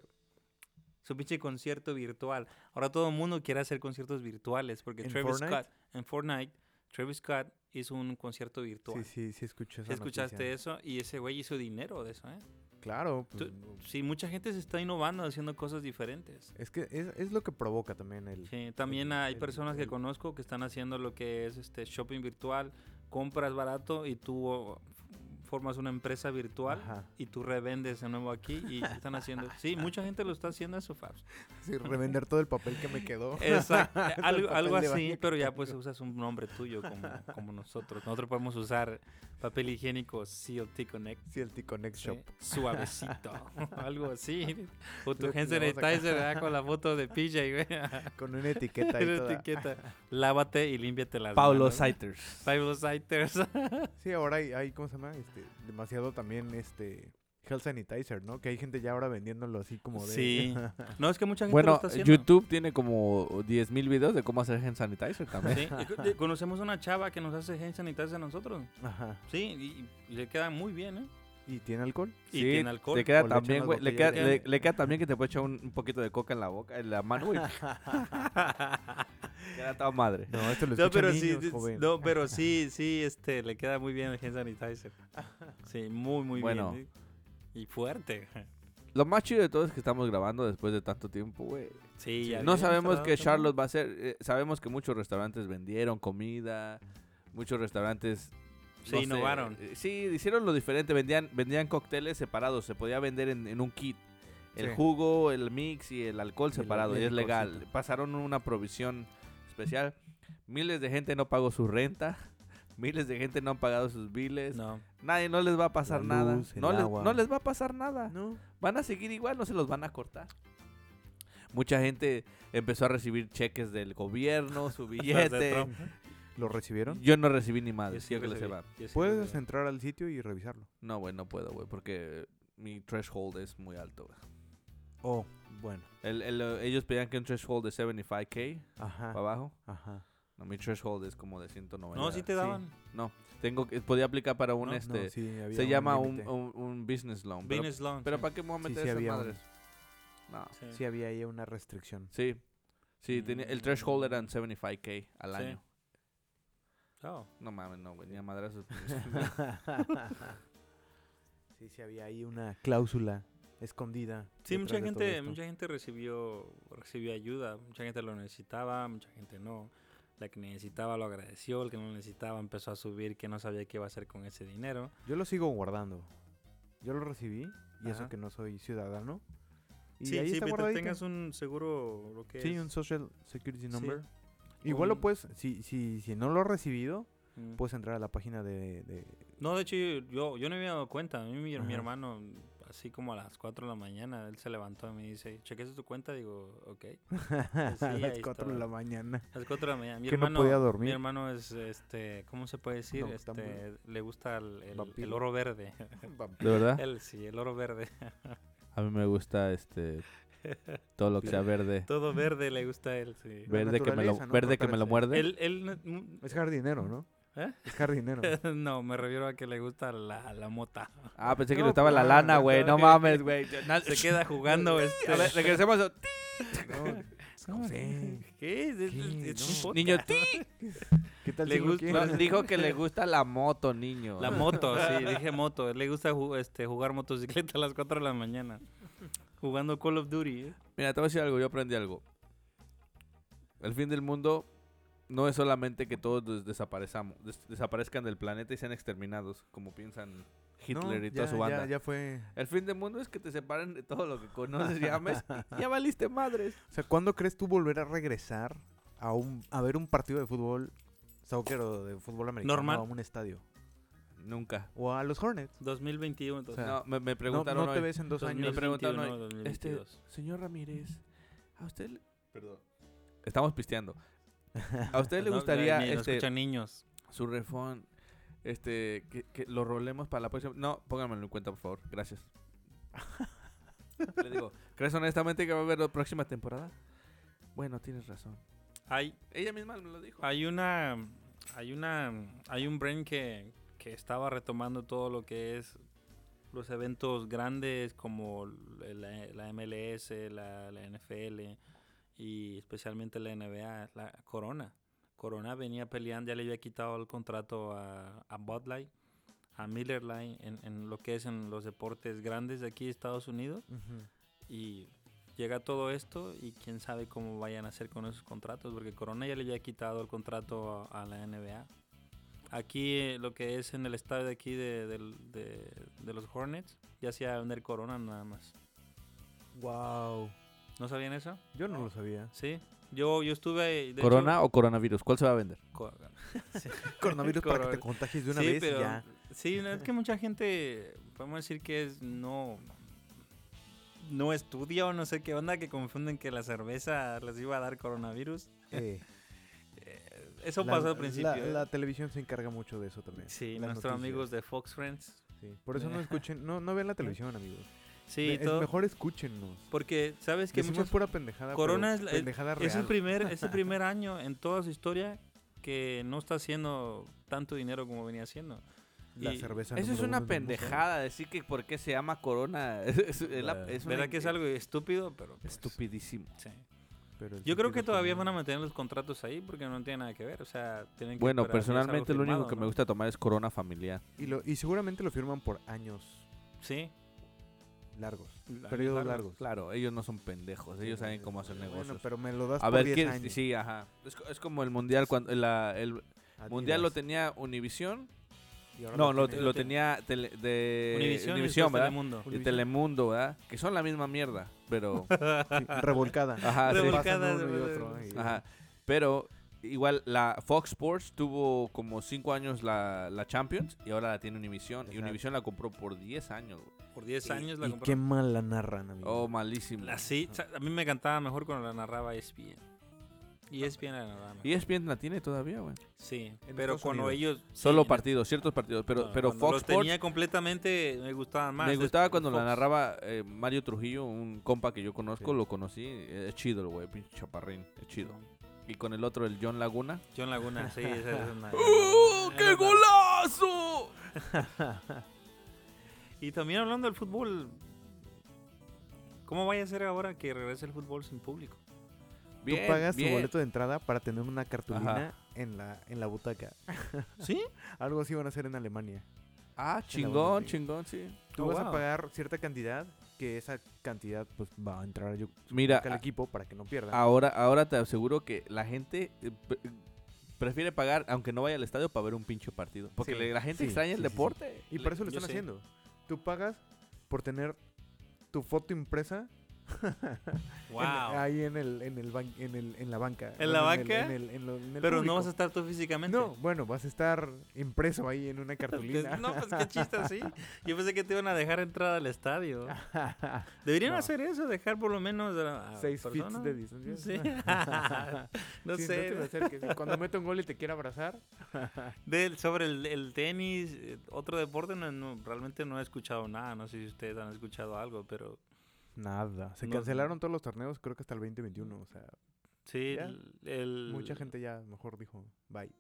su pinche concierto virtual. Ahora todo el mundo quiere hacer conciertos virtuales porque ¿En Travis Fortnite? Scott, en Fortnite, Travis Scott hizo un concierto virtual. Sí, sí, sí, escuché ¿Sí esa escuchaste noticia. eso? Y ese güey hizo dinero de eso, ¿eh? Claro. Pues, Sí, mucha gente se está innovando, haciendo cosas diferentes. es que es, es lo que provoca también el. Sí, también el- hay el- personas que el- conozco que están haciendo lo que es este shopping virtual, compras barato y tú oh, formas una empresa virtual Ajá. y tú revendes de nuevo aquí y están haciendo... Sí, mucha gente lo está haciendo eso, Fabs. Sí, revender todo el papel que me quedó. Exacto, El algo, papel algo de así, baño pero que ya tengo. pues usas un nombre tuyo como, como nosotros. Nosotros podemos usar papel higiénico C L T Connect. Sí, el T-Connect Sí, Shop. suavecito, algo así. O tu Lo hand que le vamos a sanitizer ¿verdad? Con la foto de P J, güey. Con una etiqueta y Una toda. etiqueta. Lávate y límpiate las Paulo manos. Saiters. Paulo Saiters. Sí, ahora hay, hay, ¿cómo se llama? Este, demasiado también, este, Health Sanitizer, ¿no? Que hay gente ya ahora vendiéndolo así como de... Sí. No, es que mucha gente lo Bueno, está haciendo. YouTube tiene como diez mil videos de cómo hacer hand sanitizer también. Sí, y co- de- conocemos una chava que nos hace hand sanitizer a nosotros. Ajá. Sí, y, y le queda muy bien, ¿eh? ¿Y tiene alcohol? Y Sí, tiene alcohol. Te queda O le echan también, las güey. Le queda, botellas de- le, le queda también que te puede echar un, un poquito de coca en la boca, en la mano, güey. Queda toda madre. No, esto lo No, escuchan pero niños, sí, joven. no, pero sí, sí, este, le queda muy bien el hand sanitizer. Sí, muy, muy Bueno. bien. ¿eh? Y fuerte. Lo más chido de todo es que estamos grabando después de tanto tiempo, güey. Sí, ya No habíamos sabemos tardado que tanto. Charlotte va a ser. eh, sabemos que muchos restaurantes vendieron comida. Muchos restaurantes. Sí, no sé, innovaron. eh, sí, hicieron lo diferente. Vendían, vendían cócteles separados. Se podía vender en, en un kit. El Sí. jugo, el mix y el alcohol Y el- separado. y Y el es legal. licorcito. Pasaron una provisión especial. Miles de gente no pagó su renta. Miles de gente no han pagado sus biles. No. Nadie, no les va a pasar La nada. luz, el No les, agua. no les va a pasar nada. No. Van a seguir igual, no se los van a cortar. Mucha gente empezó a recibir cheques del gobierno, su De billete. Trump. ¿Lo recibieron? Yo no recibí ni madre, Yo sí quiero que lo recibí, sepan. yo sí Puedes recibí. entrar al sitio y revisarlo. No, güey, no puedo, güey, porque mi threshold es muy alto, güey. Oh, bueno. El, el, eh, ellos pedían que un threshold de setenta y cinco K Ajá. para abajo. Ajá. No, mi threshold es como de ciento noventa. No, sí te Sí. daban. No, tengo que, podía aplicar para un No, no, este. No, sí, había se llama un, límite. un, un business loan. Pero, Business loan. pero sí. ¿para qué me voy a Sí, meter sí esas había un- madres? No, Sí. Sí, había ahí una restricción. sí. Sí, tenía, el threshold era en setenta y cinco K al Sí. año. Oh. No mames, no, güey, ni a madrazos. Sí, sí, había ahí una cláusula escondida. Sí, detrás mucha de todo gente, esto. mucha gente recibió, recibió ayuda, mucha gente lo necesitaba, mucha gente no. La que necesitaba lo agradeció, el que no lo necesitaba empezó a subir que no sabía qué iba a hacer con ese dinero. Yo lo sigo guardando. Yo lo recibí y eso Ajá. que no soy ciudadano. Y Sí, ahí sí, está mientras guardadito. tengas un seguro, lo que Sí, es. un Social Security Sí. Number. Igual lo Un- puedes, si, si, si no lo has recibido, Mm. puedes entrar a la página de... de- No, de hecho, yo, yo no me había dado cuenta. A mí, mi, mi Ajá. hermano, así como a las cuatro de la mañana, él se levantó y me dice, ¿cheques tu cuenta? Digo, ok. a sí, las ahí cuatro de estaba. la mañana. A las cuatro de la mañana. Mi Que no hermano, podía dormir. Mi hermano es, este, ¿cómo se puede decir? No, está este, le gusta el, el- Vampiro. el oro verde. ¿De verdad? Él sí, el oro verde. A mí me gusta este todo lo que sea verde. Todo verde le gusta a él, sí. La Verde que me lo, naturaleza, ¿no? verde que me lo Protegerse. muerde. Él, él, no- Es jardinero, ¿no? ¿Eh? Es jardinero. no, me refiero a que le gusta la, la mota. Ah, pensé que No, le gustaba la pues, lana, no, güey. no, No que- mames, güey. Yo- na- Se queda jugando este. A ver, regresemos. a- No, no sé. ¿Qué? Es, es- ¿Qué? es No. un podcast. Niño, ti. ¿Qué tal Le si no gusta- No, quiere? dijo que le gusta la moto, niño. La moto, sí, dije moto. Le gusta ju- este, jugar motocicleta a las cuatro de la mañana. Jugando Call of Duty. ¿eh? Mira, te voy a decir algo. Yo aprendí algo. El fin del mundo no es solamente que todos des- desaparezcamos, des- desaparezcan del planeta y sean exterminados, como piensan Hitler No, y toda ya, su banda. Ya, ya fue. El fin del mundo es que te separen de todo lo que conoces y ames y ya valiste madres. O sea, ¿cuándo crees tú volver a regresar a un a ver un partido de fútbol, soccer o de fútbol americano Normal. a un estadio? Nunca. O a los Hornets. dos mil veintiuno. O sea, No, me, me No, preguntaron no te hoy, ves en dos me años. preguntaron hoy, dos mil este, veintidós. señor Ramírez, ¿a usted le... Perdón. Estamos pisteando. ¿A usted le No, gustaría ni- ni lo este, escuchan niños. su refón, este, que, que lo rolemos para la próxima? No, pónganmelo en cuenta, por favor. Gracias. Le digo, ¿crees honestamente que va a haber la próxima temporada? Bueno, tienes razón. Hay, Ella misma me lo dijo. hay una, hay una, hay un brain que, que estaba retomando todo lo que es los eventos grandes como la, la M L S, la, la N F L y especialmente la N B A, la Corona. Corona venía peleando, ya le había quitado el contrato a, a Bud Light, a Miller Lite en, en lo que es en los deportes grandes de aquí de Estados Unidos. Ujú. Y llega todo esto y quién sabe cómo vayan a hacer con esos contratos, porque Corona ya le había quitado el contrato a, a la N B A. aquí eh, lo que es en el estadio de aquí de, del- de, de los Hornets, ya se iba a vender Corona nada más. Wow. ¿No sabían eso? Yo no lo sabía. Sí. Yo, yo estuve... ahí, de ¿Corona hecho, o coronavirus? ¿Cuál se va a vender? co- sí. Coronavirus para que te Corona. contagies de una Sí, vez pero- y ya. Sí, no, es que mucha gente, podemos decir que es no... No estudia o no sé qué onda, que confunden que la cerveza les iba a dar coronavirus. Eh, Eh, Eso la- pasó al principio. La, ¿eh? la televisión se encarga mucho de eso también. Sí, las nuestros noticias. amigos de Fox Friends. Sí, por eso no escuchen, no, no vean la televisión, amigos. Sí, es todo. mejor escúchennos. Porque, ¿sabes que Decimos muchos... pura pendejada, Corona pero es, el- pendejada es el real. primer, es el primer año en toda su historia que no está haciendo tanto dinero como venía haciendo. La y- cerveza Eso es número una uno del mundo. pendejada, decir que por qué se llama corona. Es, es- es la- es una ¿Verdad que es algo estúpido? Pero pues, estupidísimo. sí. Pero el Yo creo que sentido todavía común- van a mantener los contratos ahí porque no tiene nada que ver. O sea, tienen que Bueno, esperar, ya es algo personalmente lo único firmado, que me ¿no? gusta tomar es corona familiar. Y, lo, y seguramente lo firman por años Sí. largos. Años Periodos largos. largos. Claro, ellos no son pendejos, ellos saben Eh, cómo hacer bueno, negocios. pero me lo das A por ver, diez ¿quién? años. Sí, ajá. Es, co- es como el mundial cuando la, el Adidas. mundial lo tenía Univision. Y ahora No, lo, tiene- lo tenía tele- de Univision, y Univision, después ¿verdad? Telemundo. Y Univision. Telemundo, ¿verdad? Que son la misma mierda, pero sí, revolcada. Ajá, sí. Se Revolcada, pasan uno y revolcada. otro, y- ajá. Pero igual la Fox Sports tuvo como cinco años la, la Champions y ahora la tiene Univision. Y Exacto. Univision la compró por diez años, güey. Por diez Y- años la y compró. qué mal la narran, amigo. Oh, malísimo. Así, o sea, a mí me encantaba mejor cuando la narraba E S P N. Y E S P N la narraba mejor. Y E S P N la tiene todavía, güey. Sí, En pero Estados cuando Unidos. ellos... sí, Solo en- partidos, ciertos partidos. Pero, no, pero cuando Fox los Sports tenía completamente, me gustaban más. me Es- gustaba cuando la Fox. narraba eh, Mario Trujillo, un compa que yo conozco, Sí. lo conocí. Es chido, el güey, pinche chaparrín, es chido. Y con el otro, el John Laguna. John Laguna, sí, esa es una... ¡Oh, qué era una- golazo! Y también hablando del fútbol, ¿cómo vaya a ser ahora que regrese el fútbol sin público? Tú pagas tu bien. boleto de entrada para tener una cartulina en la, en la butaca. ¿Sí? Algo así van a hacer en Alemania. Ah, En la chingón, Bundesliga. chingón, sí. Tú Oh, vas wow. a pagar cierta cantidad, que esa cantidad pues va a entrar yo Mira, supongo que al a- equipo para que no pierda. Ahora, ahora te aseguro que la gente eh, pre- prefiere pagar, aunque no vaya al estadio, para ver un pinche partido. Porque Sí, le- la gente sí, extraña sí, el sí, sí. deporte. Y por eso lo yo están sé. haciendo. Tú pagas por tener tu foto impresa Wow. en- ahí en el, en el ban- en el en la banca. ¿En la Bueno, banca? En el, en lo- en el Pero no público. vas a estar tú físicamente. No, bueno, vas a estar impreso ahí en una cartulina. No, pues qué chiste así. Yo pensé que te iban a dejar entrar al estadio. Deberían No. hacer eso, dejar por lo menos a, a Seis feet personas. de distancia. Sí. no Sí, sé. te me acerques. Cuando meta un gol y te quiera abrazar. Del- sobre el, el tenis, eh, otro deporte, no, no, realmente no he escuchado nada. No sé si ustedes han escuchado algo, pero Nada. Se No- cancelaron todos los torneos, creo que hasta el veinte veintiuno. O sea, sí, ¿Ya? el, el- mucha gente ya mejor dijo bye.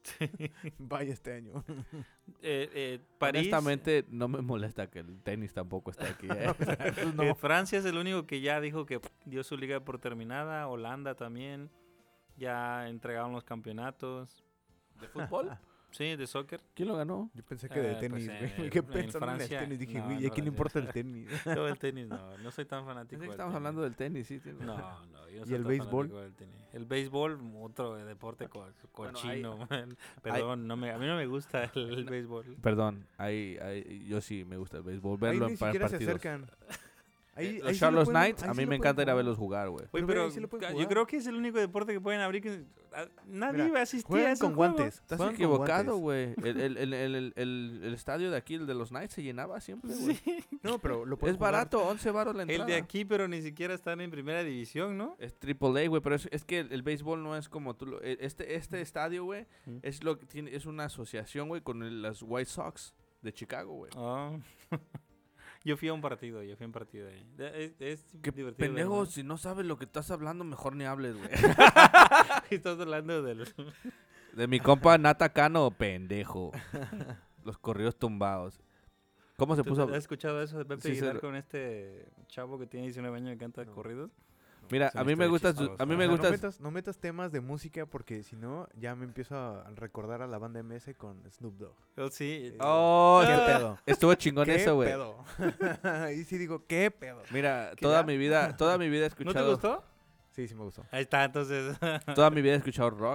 Bye este año. eh, eh, París, Honestamente, no me molesta que el tenis tampoco esté aquí. ¿eh? eh, Francia es el único que ya dijo que pff, dio su liga por terminada. Holanda también. Ya entregaron los campeonatos. ¿De fútbol? Sí, de soccer. ¿Quién lo ganó? Yo pensé que de Eh, pues, tenis, en güey. el- ¿Qué en pensando en el Francia, tenis? Dije, no, güey, en ¿a quién le importa el Francia. tenis? Yo el tenis no, no soy tan fanático. Pensé que del estamos tenis. hablando del tenis, sí. tiene- No, no, yo no ¿Y soy el tan béisbol? fanático del tenis. El béisbol, otro deporte co- Bueno, cochino, man. Perdón, no me, a mí no me gusta el, el béisbol. Perdón, ahí, ahí, yo sí me gusta el béisbol. Ahí Verlo ni en par- siquiera se partidos. acercan. Ahí, Eh, ahí los sí lo Charlotte pueden- Knights, ahí a sí mí lo me pueden encanta ir a jugar. verlos jugar, güey. Oye, Pero pero ahí sí lo pueden yo jugar. creo que es el único deporte que pueden abrir que ah, nadie Mira, va a asistir a Juegan ese con juego. guantes. Estás juegan con equivocado, guantes. güey. El, el, el, el, el, el- el estadio de aquí, el de los Knights, se llenaba siempre, güey. Sí. No, pero lo pueden Es jugar. barato, once baros la entrada. El de aquí, pero ni siquiera están en primera división, ¿no? Es triple A, güey, pero es, es que el, el béisbol no es como tú lo... e- Este, este estadio, güey, Mm. es lo que tiene... Es una asociación, güey, con el- las White Sox de Chicago, güey. Ah. Yo fui a un partido, yo fui a un partido ahí. De- Es, es Qué divertido. pendejo, verlo. si no sabes lo que estás hablando, mejor ni hables, güey. Estás hablando del... De mi compa Nata Cano, pendejo. Los corridos tumbados. ¿Cómo se ¿Tú puso? ¿Has escuchado eso de Pepe Sí, se Aguilar lo- con este chavo que tiene diecinueve años y canta No. corridos? Mira, Es una a mí me historia gusta... su- chistosa. A mí O me sea, gusta... No metas, no metas temas de música porque si no, ya me empiezo a recordar a la banda M S con Snoop Dogg. Oh, sí. Oh, ¿Qué estuvo- pedo? Estuvo chingón ¿Qué eso, güey. pedo? Y sí digo, ¿qué pedo? Mira, ¿Qué toda ya? mi vida, toda mi vida he ¿No te escuchado... gustó? Sí, sí me gustó. Ahí está, entonces. Toda mi vida he escuchado rock.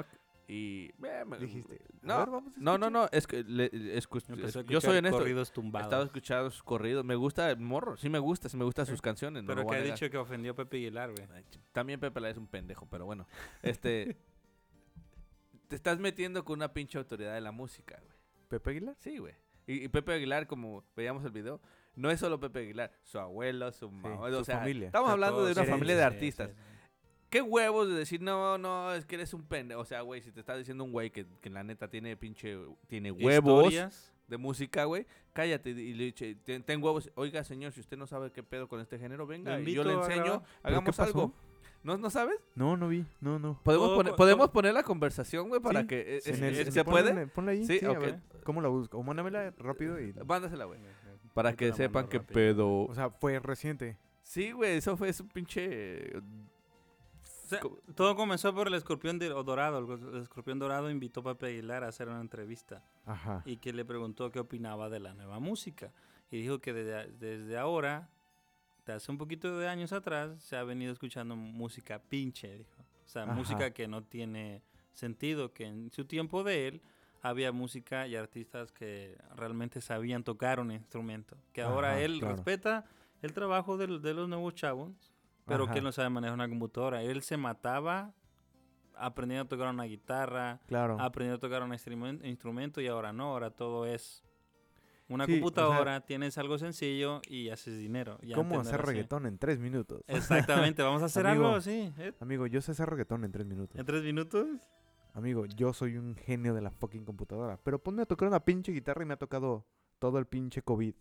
Y... eh, me- Dijiste, a no, ver, vamos a no, no, escuchar. no, es que le- escu- Empezó a yo soy escuchar honesto. corridos He tumbados. estado escuchando sus corridos. Me gusta el morro. Sí me gusta, sí me gustan sus canciones. No Pero lo voy que a ha negar. dicho que ofendió a Pepe Aguilar, güey. Ay, ch- También Pepe la es un pendejo, pero bueno. Este... te estás metiendo con una pinche autoridad de la música, güey. ¿Pepe Aguilar? Sí, güey. Y, y Pepe Aguilar, como veíamos el video, no es solo Pepe Aguilar. Su abuelo, su mamá. su o sea, familia. estamos hablando de una Todos, familia sí, de sí, artistas. sí, sí. ¿Qué huevos de decir, no, no, es que eres un pendejo? O sea, güey, si te está diciendo un güey que, que la neta tiene pinche, tiene huevos Historias. de música, güey, cállate y le dice, ten, ten huevos. Oiga, señor, si usted no sabe qué pedo con este género, venga, Lo y yo le invito a enseño, grabar. ¿Pero qué hagamos pasó? algo. ¿No, ¿No sabes? No, no vi. No, no. Podemos, Todo poner, co- podemos todo- poner la conversación, güey, para Sí, que... eh, sí, es- en el- es- en- ¿Se ponla- puede? Ponla ahí. Sí, Sí, a ok. ver. ¿Cómo la busco? O mándamela rápido y... Mándasela, güey. Me- me- Para me que la mando sepan qué rápido. pedo. O sea, fue reciente. Sí, güey, eso fue es un pinche... O sea, Co- todo comenzó por el escorpión de- o dorado. El, el escorpión dorado invitó a Pepe Aguilar a hacer una entrevista Ajá. y que le preguntó qué opinaba de la nueva música. Y dijo que desde, desde ahora, de hace un poquito de años atrás, se ha venido escuchando música pinche, dijo. O sea, Ajá. música que no tiene sentido, que en su tiempo de él había música y artistas que realmente sabían tocar un instrumento. Que ahora Ajá, él claro. respeta el trabajo del- de los nuevos chavos, pero Ajá. que él no sabe manejar una computadora. Él se mataba aprendiendo a tocar una guitarra, Claro. aprendiendo a tocar un instrumen- instrumento y ahora no, ahora todo es una Sí, o sea- computadora, tienes algo sencillo y haces dinero. Ya ¿Cómo entender hacer así. reggaetón en tres minutos? Exactamente, vamos a hacer Amigo. algo así. ¿eh? Amigo, yo sé hacer reggaetón en tres minutos. ¿En tres minutos? Amigo, yo soy un genio de la fucking computadora. Pero ponme a tocar una pinche guitarra y me ha tocado todo el pinche COVID.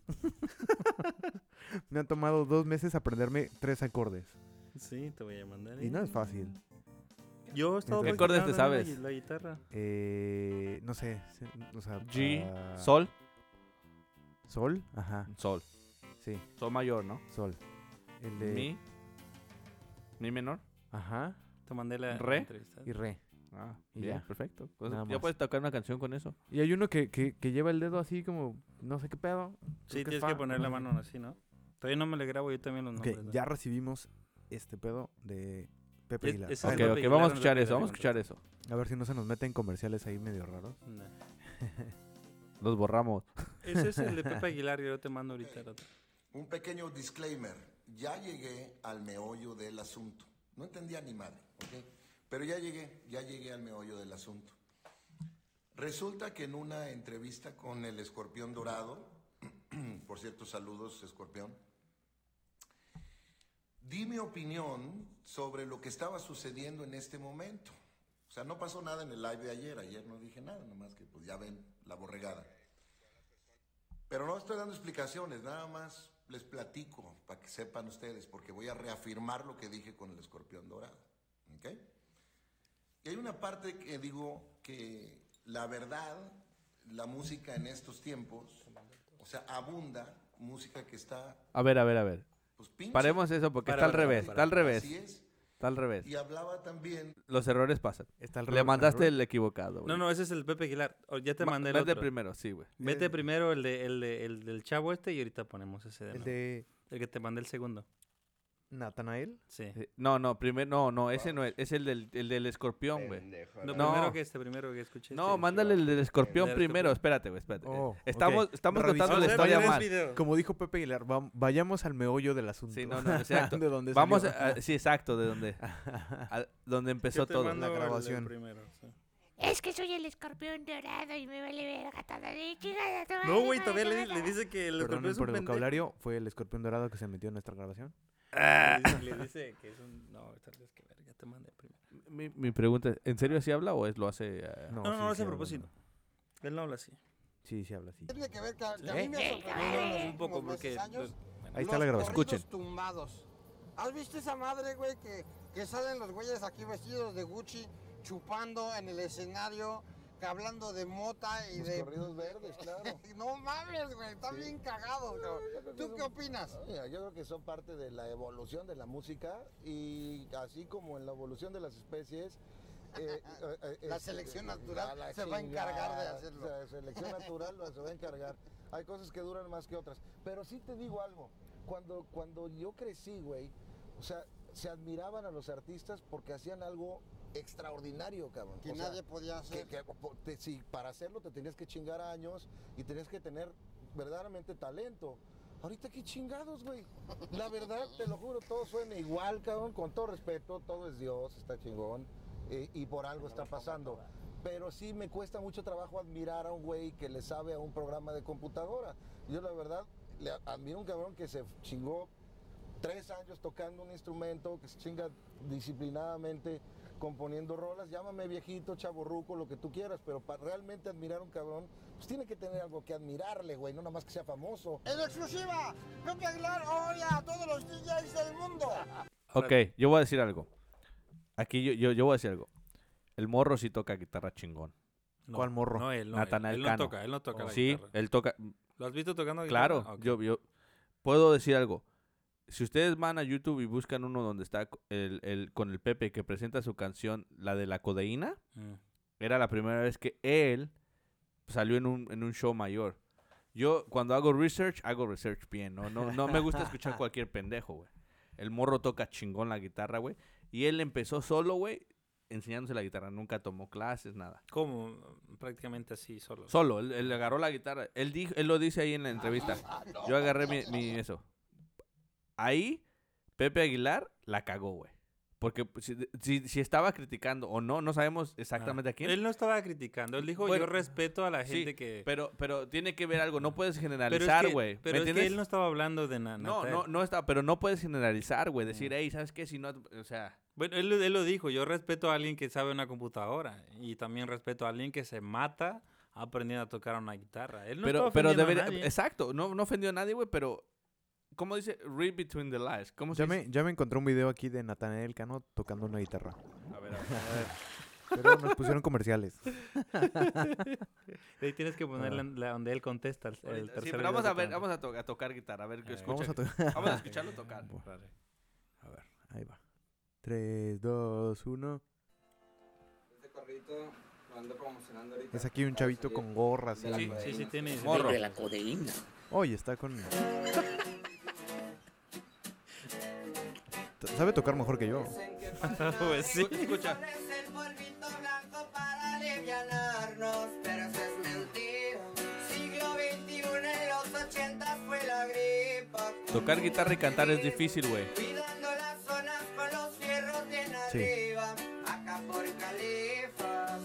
Me ha tomado dos meses aprenderme tres acordes. Sí, te voy a mandar. Y no es fácil. Yo he estado ¿Qué acordes te practicando la sabes? gui- La, guitarra. Eh, no sé. se- O sea, G, ah, Sol, Sol. Ajá. Sol. Sí, Sol mayor, ¿no? Sol. El de... Mi. Mi menor. Ajá. Te mandé la, Re. la entrevista. Y re. Ah, Y bien, ya. perfecto. Pues Nada ya más. puedes tocar una canción con eso. Y hay uno que, que, que lleva el dedo así como... No sé qué pedo. Creo Sí, es tienes fa. que poner la mano así, ¿no? Todavía no me le grabo yo también los Ok, nombres. ¿no? ya recibimos este pedo de Pepe Es- Aguilar. es A Ok, el ver, ok, Pepe vamos a Aguilar, no escuchar le eso, pido vamos a escuchar eso. a ver si no se nos meten comerciales ahí medio raros. No. Los borramos. Ese es el de Pepe Aguilar, yo te mando ahorita el otro. Un pequeño disclaimer. Ya llegué al meollo del asunto. No entendía ni madre, ¿ok? Pero ya llegué, ya llegué al meollo del asunto. Resulta que en una entrevista con el Escorpión Dorado, por cierto, saludos, Escorpión, di mi opinión sobre lo que estaba sucediendo en este momento. O sea, no pasó nada en el live de ayer. Ayer no dije nada, nomás que pues ya ven la borregada. Pero no estoy dando explicaciones, nada más les platico para que sepan ustedes, porque voy a reafirmar lo que dije con el Escorpión Dorado. ¿Ok? Y hay una parte que digo que la verdad, la música en estos tiempos, o sea, abunda música que está, A ver, a ver, a ver. pues pinche. Paremos eso porque Para, está al para, revés, para, está al revés, Así es. está al revés. Y hablaba también, Los errores pasan. Está el Le revés, mandaste al el equivocado, güey. No, no, ese es el Pepe Aguilar. Oh, ya te Ma- mandé el vete otro. primero, sí, güey. Vete Eh, primero el, de, el, de, el del chavo este y ahorita ponemos ese de El nuevo. de El que te mandé el segundo. Natanael. Sí. Eh, No, no, primero, no, no, ese no es, es el del, el del escorpión, güey. Lo No. primero que este, primero que escuché. No, este. mándale el del escorpión del primero, escorpión. espérate, güey, espérate. Oh, Eh, estamos ok. estamos Revisamos contando la el historia video. mal. video. Como dijo Pepe Aguilar, vam- vayamos al meollo del asunto. Sí, no, no, exacto. ¿De dónde Vamos, salió? a, sí, exacto, de donde, a- donde empezó Yo te todo. mando la el- el grabación. primero, sí. Es que soy el escorpión dorado y me vale verga todo de chingada. tu No, madre, güey, hijo todavía de le, tu le madre. dice que el Perdonen escorpión es un por el pendejo. vocabulario, fue el escorpión dorado que se metió en nuestra grabación. Le dice, le dice que es un... No, esta vez que ver, ya te mandé primero. Mi, mi pregunta es, ¿en serio así habla o es lo hace? eh? No, no, sí, no, es sí a habla, propósito. no. Él no habla así. Sí, sí habla así. Tiene que ver que, a- que a ¿Eh? mí me ha sorprendido No, no, en los un poco, últimos porque... meses, años, Ahí está la los grabación. corridos Escuchen. tumbados. ¿Has visto esa madre, güey, que, que salen los güeyes aquí vestidos de Gucci, chupando en el escenario, que hablando de mota y los de... corridos verdes, claro. No mames, güey, están Sí. bien cagados, cabrón. Yo creo que ¿Tú son- qué opinas? Mira, yo creo que son parte de la evolución de la música y así como en la evolución de las especies. eh, eh, eh, La es- selección eh, natural a la se va a encargar de hacerlo. La selección natural se va a encargar. Hay cosas que duran más que otras. Pero sí te digo algo. Cuando, cuando yo crecí, güey, o sea, se admiraban a los artistas porque hacían algo extraordinario, cabrón. Que O sea, nadie podía hacer. que- que po- te- si para hacerlo te tenías que chingar años y tenías que tener verdaderamente talento. Ahorita qué chingados, güey. La verdad, te lo juro, todo suena igual, cabrón, con todo respeto, todo es Dios, está chingón, eh, y por algo está pasando. Pero sí me cuesta mucho trabajo admirar a un güey que le sabe a un programa de computadora. Yo la verdad, le admiro a un cabrón que se chingó tres años tocando un instrumento, que se chinga disciplinadamente componiendo rolas, llámame viejito, chavorruco, lo que tú quieras, pero para realmente admirar a un cabrón, pues tiene que tener algo que admirarle, güey, no nada más que sea famoso. En exclusiva, Pepe Aguilar odia a todos los D Js del mundo. Ok, yo voy a decir algo. Aquí yo, yo, yo voy a decir algo. El morro sí toca guitarra chingón. No, ¿Cuál morro? No, él no. Natanael él, él no Cano. toca, él no toca la Sí, guitarra. él toca. ¿Lo has visto tocando guitarra? Claro, Ok. yo, yo puedo decir algo. Si ustedes van a YouTube y buscan uno donde está el, el, con el Pepe que presenta su canción, la de la codeína, Mm. era la primera vez que él salió en un, en un show mayor. Yo cuando hago research, hago research bien, ¿no? No, no me gusta escuchar cualquier pendejo, güey. El morro toca chingón la guitarra, güey. Y él empezó solo, güey, enseñándose la guitarra. Nunca tomó clases, nada. ¿Cómo? Prácticamente así, solo. Solo, él, él agarró la guitarra. Él, dijo, él lo dice ahí en la entrevista. Yo agarré mi, mi eso. Ahí, Pepe Aguilar la cagó, güey. Porque si, si, si estaba criticando o no, no sabemos exactamente Ah, a quién. Él no estaba criticando. Él dijo, Bueno, yo respeto a la gente sí, que... Pero, pero tiene que ver algo. No puedes pero es generalizar, que, güey. pero ¿Me es que entiendes? él no estaba hablando de nada. No, no, no está, pero no puedes generalizar, güey. Decir, Mm. hey, ¿sabes qué? Si no, o sea, Bueno, él, él lo dijo, yo respeto a alguien que sabe una computadora y también respeto a alguien que se mata aprendiendo a tocar una guitarra. Él no pero, está pero ofendiendo a debería, nadie. exacto, no, no ofendió a nadie, güey, pero, ¿cómo dice? Read between the lines. ¿Cómo se Ya dice? me, ya me encontré un video aquí de Natanael Cano tocando una guitarra. A ver, a ver, a ver. Pero nos pusieron comerciales. Ahí tienes que ponerle Ah. la, donde él contesta el, el Ahorita, tercer sí, pero video vamos que a ver, te vamos a, to- a tocar guitarra, a ver qué A ver. escucha. Vamos a Vamos, tocar. a escucharlo tocar. Bu- mandé. A ver, ahí va. tres, dos, uno. Este corridito lo ando promocionando ahorita. Es aquí un chavito con gorra así. Sí, sí, sí, tiene. Morro. De la codeína. Oye, está con... T- Sabe tocar mejor que yo. Pues sí. Escucha. el polvito blanco para alivianarnos, pero eso es mentira. Siglo veintiuno en los ochentas fue la gripa. Tocar guitarra y cantar es difícil, güey. Cuidando las zonas con los fierros bien Sí. arriba. Acá por Califa.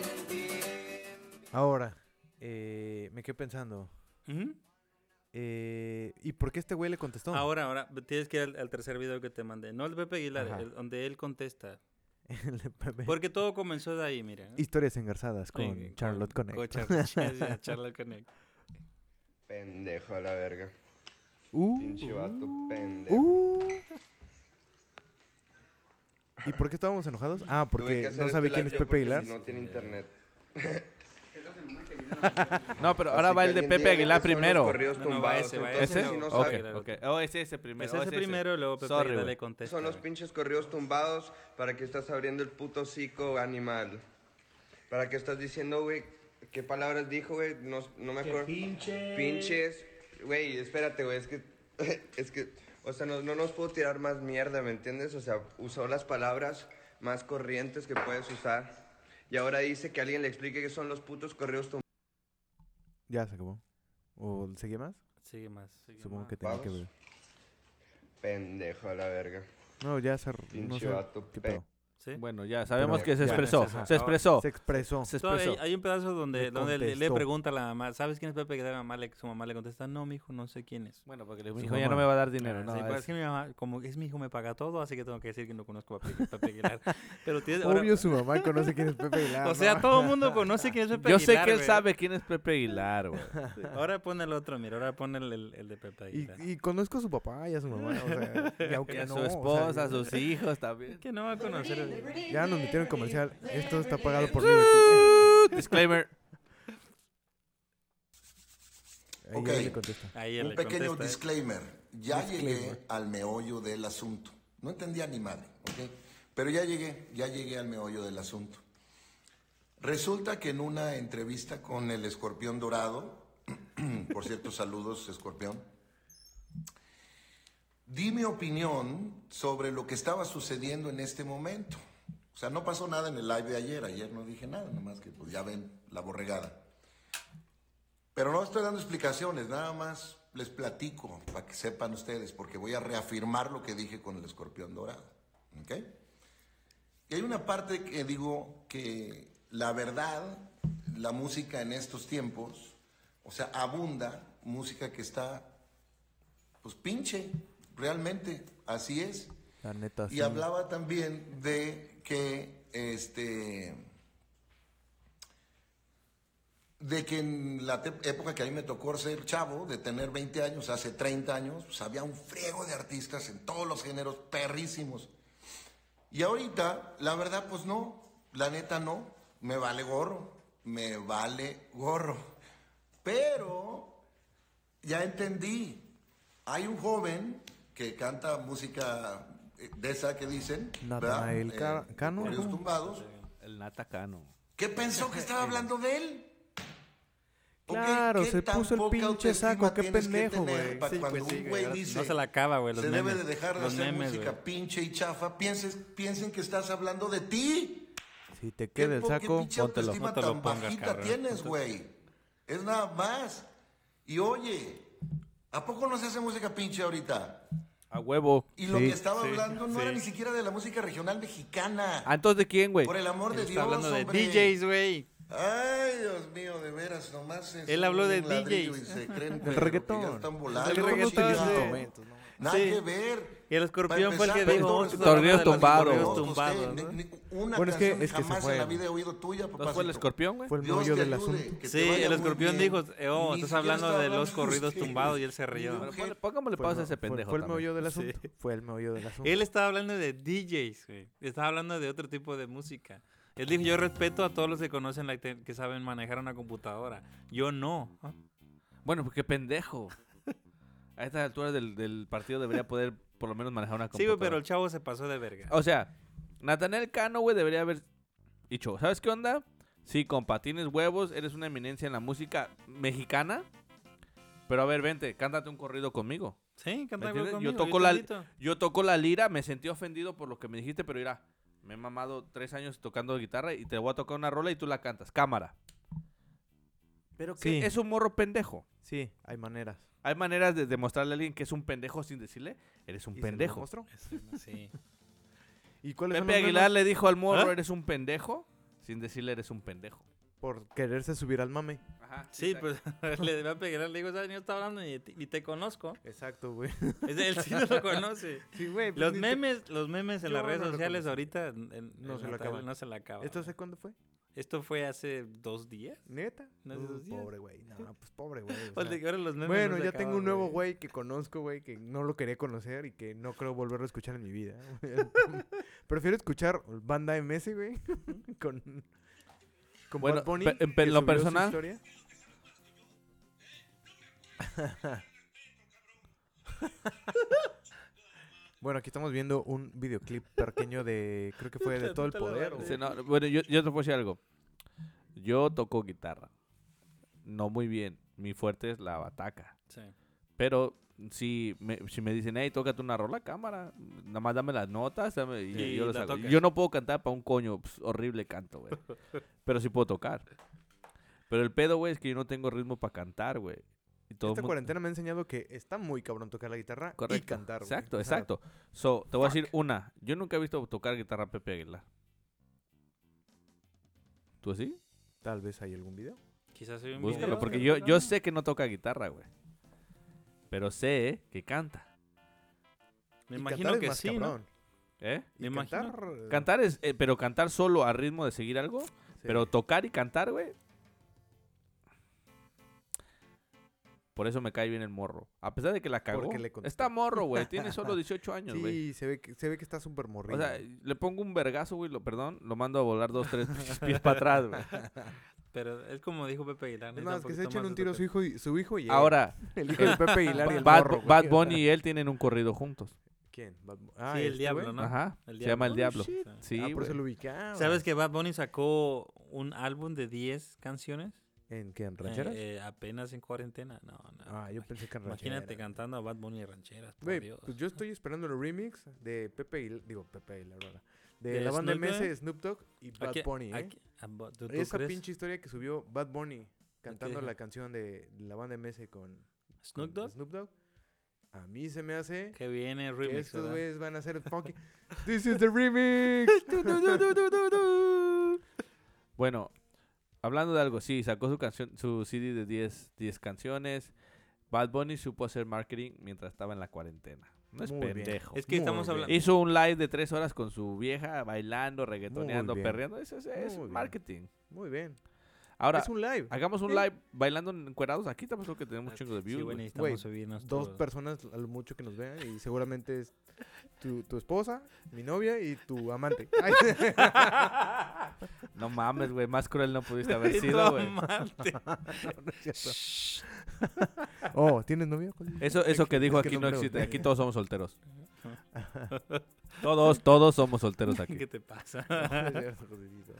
Ahora, eh, me quedé pensando. Ujú. Eh, ¿Y por qué este güey le contestó? Ahora, ahora, tienes que ir al, al tercer video que te mandé. No el Pepe Aguilar, Ajá. el- donde él contesta. El de Pepe. Porque todo comenzó de ahí, mira. Historias engarzadas con Eh, Charlotte con Connect. Charlotte, sí, Charlotte Connect. Pendejo a la verga. Uh, Pinche vato pendejo. uh. ¿Y por qué estábamos enojados? Ah, Tuve que porque hacer no este sabe live quién es yo Pepe porque Aguilar. si no tiene internet. No, pero Así ahora va que el de alguien Pepe diga Aguilar que son los primero. corridos No, no, va tumbados, ese, va entonces, ¿Ese? si no Ok, sabe- ok. Oh, ese es el primero. Es ese ese, primero y luego Pepe Sorry, Aguilar güey. le contesta. Son los güey. pinches corridos tumbados para que estás abriendo el puto hocico animal. Para que estás diciendo, güey, ¿qué palabras dijo, güey? No, no me acuerdo. Pinches. Pinches. Güey, espérate, güey, es que... es que... O sea, no, no nos puedo tirar más mierda, ¿me entiendes? O sea, usó las palabras más corrientes que puedes usar. Y ahora dice que alguien le explique qué son los putos corridos tumbados. Ya se acabó. ¿O sigue más? Sigue más. Supongo que tenía que Vamos. ver. Pendejo a la verga. No, ya se... No Pinche sé vato qué pe- pedo. ¿Sí? Bueno, ya sabemos Pero que se ya, expresó. ajá. Se expresó. Se expresó. Se Todavía expresó. hay, hay un pedazo donde, Le donde le, le contestó. pregunta a la mamá, ¿sabes quién es Pepe Aguilar? La mamá le- su mamá le contesta, no, mi hijo, no sé quién es. Bueno, porque Su mi hijo ya mamá. no me va a dar dinero. Ah, No, sí, pues es- es que mi mamá, como es mi hijo, me paga todo, así que tengo que decir que no conozco a Pepe, Pepe Aguilar. Pero tienes, ahora- Obvio su mamá conoce quién es Pepe Aguilar. o sea, ¿no? todo el mundo conoce quién es Pepe Yo Aguilar. sé que él güey. sabe quién es Pepe Aguilar, güey. Ahora pone el otro, mira, ahora pone el, el- el de Pepe Y, Aguilar. y conozco a su papá y a su mamá. O sea, y aunque Y a no, su o sea, esposa, a sus hijos también. que no va a conocer. el- ya nos metieron comercial. Esto está pagado por Liberty. Disclaimer. Ahí Ok. él le contesta. Ahí él Un le pequeño contesta. disclaimer. Ya Disclaimer. llegué al meollo del asunto. No entendía ni madre, ¿ok? Pero ya llegué, ya llegué al meollo del asunto. Resulta que en una entrevista con el Escorpión Dorado, por cierto, saludos, Escorpión, di mi opinión sobre lo que estaba sucediendo en este momento. O sea, no pasó nada en el live de ayer. Ayer no dije nada, nomás que pues ya ven la borregada. Pero no estoy dando explicaciones, nada más les platico para que sepan ustedes, porque voy a reafirmar lo que dije con el escorpión dorado. ¿Ok? Y hay una parte que digo que la verdad, la música en estos tiempos, o sea, abunda música que está, pues pinche, realmente, así es. La neta, Y sí. hablaba también de que, este, de que en la te- época que a mí me tocó ser chavo, de tener veinte años, hace treinta años, pues había un friego de artistas en todos los géneros, perrísimos. Y ahorita, la verdad, pues no, la neta no, me vale gorro, me vale gorro. Pero ya entendí, hay un joven que canta música de esa que dicen, Natanael ¿verdad? Ca- Cano, corridos ¿no? tumbados. El Natacano. ¿Qué pensó que estaba hablando de él? ¿O qué- Claro, qué se tan puso el poca pinche autoestima saco, qué tienes que pendejo, tener güey. para Sí, cuando pues sí, un güey, güey no- dice, no se la acaba, güey, los se memes. debe de dejar de Los hacer memes, música güey. pinche y chafa, pienses, piensen que estás hablando de ti. Si te ¿Qué, queda el po- qué saco, pinche póntelo. autoestima No te lo tan pongas, bajita cabrón. tienes, güey? Es nada más. Y oye, ¿a poco no se hace música pinche ahorita? A huevo. Y lo Sí, que estaba sí, hablando no sí. era ni siquiera de la música regional mexicana. Ah, entonces, ¿de quién, güey? Por el amor de Él Dios, está hablando de hombre. D Js, güey. Ay, Dios mío, de veras, nomás es Él habló un de ladrillo D Js. y se creen Del que reggaetón. ya están volando. Del Yo no reggaetón, utilizo sí. instrumentos, ¿no? Nada Sí. que ver. Y el escorpión Para fue el que empezar, dijo, con "Oh, todo tú el estás hablando de Corridos los tumbados. corridos Todos tumbados, ustedes, ¿no? ni- ni Una Bueno, es que- canción es que se jamás fue. en la vida he oído tuya, ¿No fue el papacito. escorpión, güey? Fue el Dios meollo te del ayude, asunto. que te Sí, vaya el muy escorpión bien. dijo, eh, oh, Ni estás siquiera hablando estaba de los hablando corridos usted. tumbados y él se rió. Bueno, mujer. ponle- Póngamele Fue, pausa a el- ese fue- pendejo fue el también. meollo del Sí. asunto. Fue el meollo del asunto. Él estaba hablando de D Js, güey. Estaba hablando de otro tipo de música. Él dijo, yo respeto a todos los que conocen, la te- que saben manejar una computadora. Yo no. Ah, Bueno, pues qué pendejo. A estas alturas del, del partido debería poder por lo menos manejar una Sí, computadora. güey, pero el chavo se pasó de verga. O sea, Natanael Cano, güey, debería haber dicho, ¿sabes qué onda? Sí, compa, tienes huevos, eres una eminencia en la música mexicana. Pero a ver, vente, cántate un corrido conmigo. Sí, ¿Me canta entiendes? conmigo. Yo toco te la invito. yo toco la lira, me sentí ofendido por lo que me dijiste, pero mira, me he mamado tres años tocando guitarra y te voy a tocar una rola y tú la cantas. Cámara. Pero que Sí. es un morro pendejo. Sí, hay maneras. Hay maneras de demostrarle a alguien que es un pendejo sin decirle, eres un ¿Y se lo pendejo. demostró? Sí. ¿Y cuáles son Pepe los Aguilar memes? le dijo al morro, ¿Ah? eres un pendejo, sin decirle eres un pendejo. Por quererse subir al mame. Ajá, Sí, pues le debe a pegar, le digo, ¿sabes? Yo estaba hablando y te, y te conozco. Exacto, güey. Es de- Él sí no lo conoce. Sí, güey. pues Los ni te- memes, los memes en Yo las redes no lo sociales conocí. ahorita en- en- No en se lo la tele acaban. no se la acaban. ¿Esto hace cuándo fue? Esto fue hace dos días. ¿Neta? ¿No hace Uh, dos días? pobre güey. No, no, pues pobre güey. o Pues sea. de que ahora los memes Bueno, no se ya tengo acaban, un nuevo güey que conozco, güey, que no lo quería conocer y que no creo volverlo a escuchar en mi vida. Prefiero escuchar banda M S, güey, con, con Bueno, Bad Bunny, pe- en que pe- lo subió su personal- historia. Bueno, aquí estamos viendo un videoclip pequeño de, creo que fue de Todo el Puta, puta la Poder. madre. Sí, no, bueno, yo, yo te puedo decir algo. Yo toco guitarra. No muy bien. Mi fuerte es la bataca. Sí. Pero si me, si me dicen, hey, tócate una rola, cámara. Nada más dame las notas dame- y Y yo las la hago. tocas. Yo no puedo cantar para un coño. Pues, horrible canto, güey. Pero sí puedo tocar. Pero el pedo, güey, es que yo no tengo ritmo para cantar, güey. Y todo el Esta mundo- cuarentena me ha enseñado que está muy cabrón tocar la guitarra Correcto. y cantar, güey. Exacto, O sea, exacto. So, te voy a decir una. Yo nunca he visto tocar guitarra a Pepe Aguilar. ¿Tú sí? Tal vez hay algún video. Quizás hay un Búscalo, video porque que yo, lo yo haga. sé que no toca guitarra, güey. Pero sé que canta. Me Y imagino cantar es que más sí, ¿no? cabrón. ¿Eh? Y Me imagino. cantar, eh, Cantar es, eh, pero cantar solo a ritmo de seguir algo. sí. Pero tocar y cantar, güey. Por eso me cae bien el morro. A pesar de que la cagó. Porque le contestó. Está morro, güey. Tiene solo dieciocho años, güey. Sí, se ve que, se ve que está súper morrido. O sea, le pongo un vergazo, güey, lo, perdón, lo mando a volar dos, tres pies para atrás, güey. Pero es como dijo Pepe Aguilar. es necesita más, un que se poquito echen más un de tiro a su toque. hijo y, su hijo y él. Ahora, El hijo de Pepe Aguilar y el Bad, morro, güey. Bad Bunny y él tienen un corrido juntos. ¿Quién? Bad Bu- ah, Sí, el este diablo, güey. ¿no? Ajá. El Se llama El Diablo. Diablo. Oh, shit. Sí, ah, por eso güey. lo ubicaba. ¿Sabes que Bad Bunny sacó un álbum de diez canciones? ¿En qué? ¿En Eh, rancheras? eh, apenas en cuarentena. No, no. ah, yo pensé que en rancheras. Imagínate cantando a Bad Bunny y rancheras. Por Güey, Dios. pues yo estoy esperando el remix de Pepe Aguilar. Digo, Pepe Aguilar, ahora. De, ¿De la banda Snoop M S, Dogg? Snoop Dogg y Bad Aquí- Bunny, ¿eh? aquí- ah, bu- ¿tú- tú Esa crees? pinche historia que subió Bad Bunny cantando dijo? la canción de la banda M S con ¿Snoop con Dogg? Snoop Dogg. A mí se me hace Que viene que remix, estos ¿verdad? güeyes van a hacer fucking... This is the remix. Bueno, hablando de algo, sí, sacó su canción, su C D de diez, diez canciones. Bad Bunny supo hacer marketing mientras estaba en la cuarentena. No es Muy bien. pendejo. Es que Muy estamos bien. hablando... Hizo un live de tres horas con su vieja, bailando, reggaetoneando, bien. perreando. Eso es, es Muy bien. marketing. Muy bien. Ahora, es un live. hagamos un Sí. live bailando encuerados. Aquí estamos lo que tenemos un chingo de Sí, views. güey, güey. necesitamos Güey, subirnos Dos todos. personas a lo mucho que nos vean y seguramente es tu, tu esposa, mi novia y tu amante. Ay. No mames, güey. Más cruel no pudiste haber Y tu sido, güey. amante. No, no es cierto. Oh, ¿tienes novia? Eso, eso que dijo es que aquí no no creo. existe. Aquí todos somos solteros. Todos, todos somos solteros aquí. ¿Qué te pasa? No, es cierto, Rodriguito.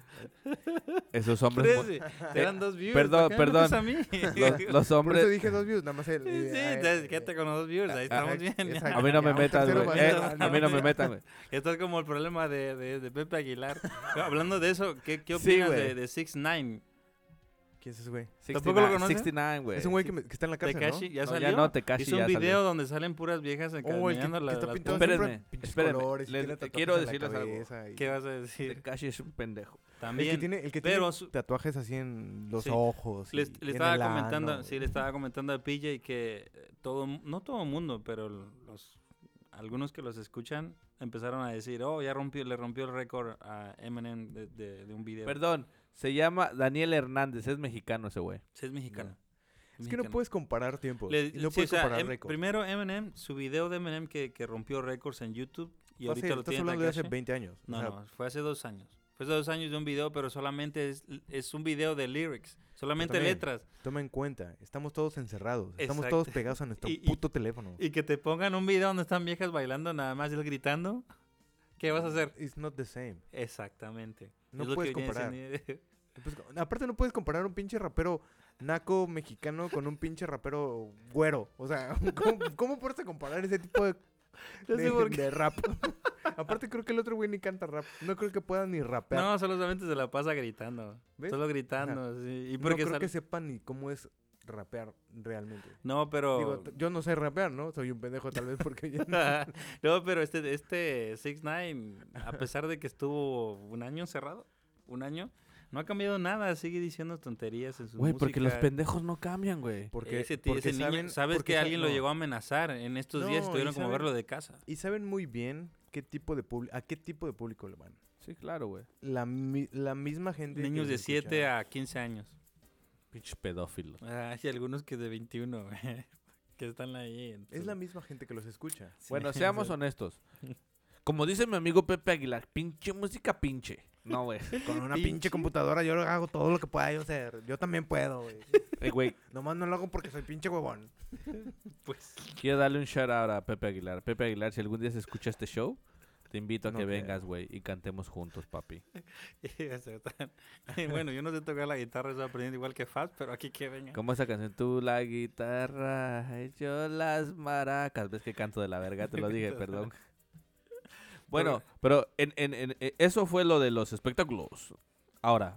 Esos hombres... mu- Trece. Eran dos views. perdón, ¿por qué me metes perdón. a mí? Los, los Por eso hombres... dije dos views, nada más el... Sí, eh, sí, eh, entonces quédate con los dos views, ahí Ah, estamos ah, bien. exacto. A mí no me Ya, un metas, tercero güey. va a Eh, ser- a mí no me metan, güey. Esto es como el problema de, de, de Pepe Aguilar. Hablando de eso, ¿qué, qué Sí, opinas güey. de, de six nine? ¿Quién es ese güey? ¿Tampoco lo conoces? sesenta y nueve, güey. Es un güey que, me- que está en la cárcel, Tekashi, ¿no? ya No, salió. ya no, Tekashi Hizo un ya video salió. donde salen puras viejas Oh, el que, encadenando que la, está las pintado puntas. Espérenme, siempre pinches espérenme. colores y Les- tiene te tatuajes quiero en la decirles algo. cabeza y- ¿Qué vas a decir? Tekashi es un pendejo. El También. que tiene, el que pero tiene su- tatuajes así en los Sí. ojos. y Les- le en estaba el ano, comentando, güey. sí, le estaba comentando a P J que eh, todo, no todo el mundo, pero los algunos que los escuchan empezaron a decir, oh, ya rompió, le rompió el récord a Eminem de, de, de un video. Perdón, se llama Daniel Hernández. Es mexicano ese güey. Sí, es mexicano. Es que no puedes comparar tiempos. Le- y no sí, puedes o sea, comparar em- récords. primero Eminem, su video de Eminem que, que rompió récords en YouTube y Fue ahorita hace- lo estás tiene hablando de hace Tekashi. veinte años. o No, sea, no, fue hace dos años. Fue hace dos años de un video, pero solamente es, es un video de lyrics, solamente también, letras. Toma en cuenta, estamos todos encerrados. Estamos Exacto. todos pegados a nuestro Y- y- puto teléfono. Y que te pongan un video donde están viejas bailando nada más y él gritando, ¿qué vas a hacer? It's not the same. Exactamente. No Es lo puedes que viene comparar. siendo- Pues, aparte no puedes comparar un pinche rapero naco mexicano con un pinche rapero güero. O sea, ¿cómo, cómo puedes comparar ese tipo de, No sé de, por qué. de rap? Aparte creo que el otro güey ni canta rap. No creo que pueda ni rapear. No, solamente se la pasa gritando. ¿Ves? Solo gritando, sí. Y no porque creo sal- que sepan ni cómo es rapear realmente. No, pero... Digo, t- yo no sé rapear, ¿no? Soy un pendejo tal vez porque yo no, pero este, este six ix a pesar de que estuvo un año encerrado, un año, no ha cambiado nada, sigue diciendo tonterías en su Güey, porque los música. pendejos no cambian, güey. Porque, ese, ti- porque ese niño, saben, sabes porque que sa- alguien lo no. llegó a amenazar en estos No, días, y tuvieron como saben- verlo de casa. Y saben muy bien qué tipo de publi- a qué tipo de público le van. Sí, claro, güey. La, mi- la misma gente que Niños de los siete escucha. a quince años. Pinches pedófilos. Ah, hay algunos que de veintiuno, güey, que están ahí. en Es su- la misma gente que los escucha. Sí, Bueno, o seamos sea, honestos. Como dice mi amigo Pepe Aguilar, pinche música pinche. No, güey. Con una Pinche. pinche computadora yo hago todo lo que pueda yo hacer. Yo también puedo, güey. Eh, güey, Nomás no lo hago porque soy pinche huevón. Pues, quiero darle un shout out a Pepe Aguilar. Pepe Aguilar, si algún día se escucha este show, te invito a No que creo. vengas, güey, y cantemos juntos, papi. o sea, tan- bueno, yo no sé tocar la guitarra, estoy aprendiendo igual que Faz, pero aquí que venga. ¿Cómo esa canción? Tú la guitarra, y yo las maracas. ¿Ves que canto de la verga? Te lo dije, perdón. Bueno, pero en, en, en, eh, eso fue lo de los espectáculos. Ahora,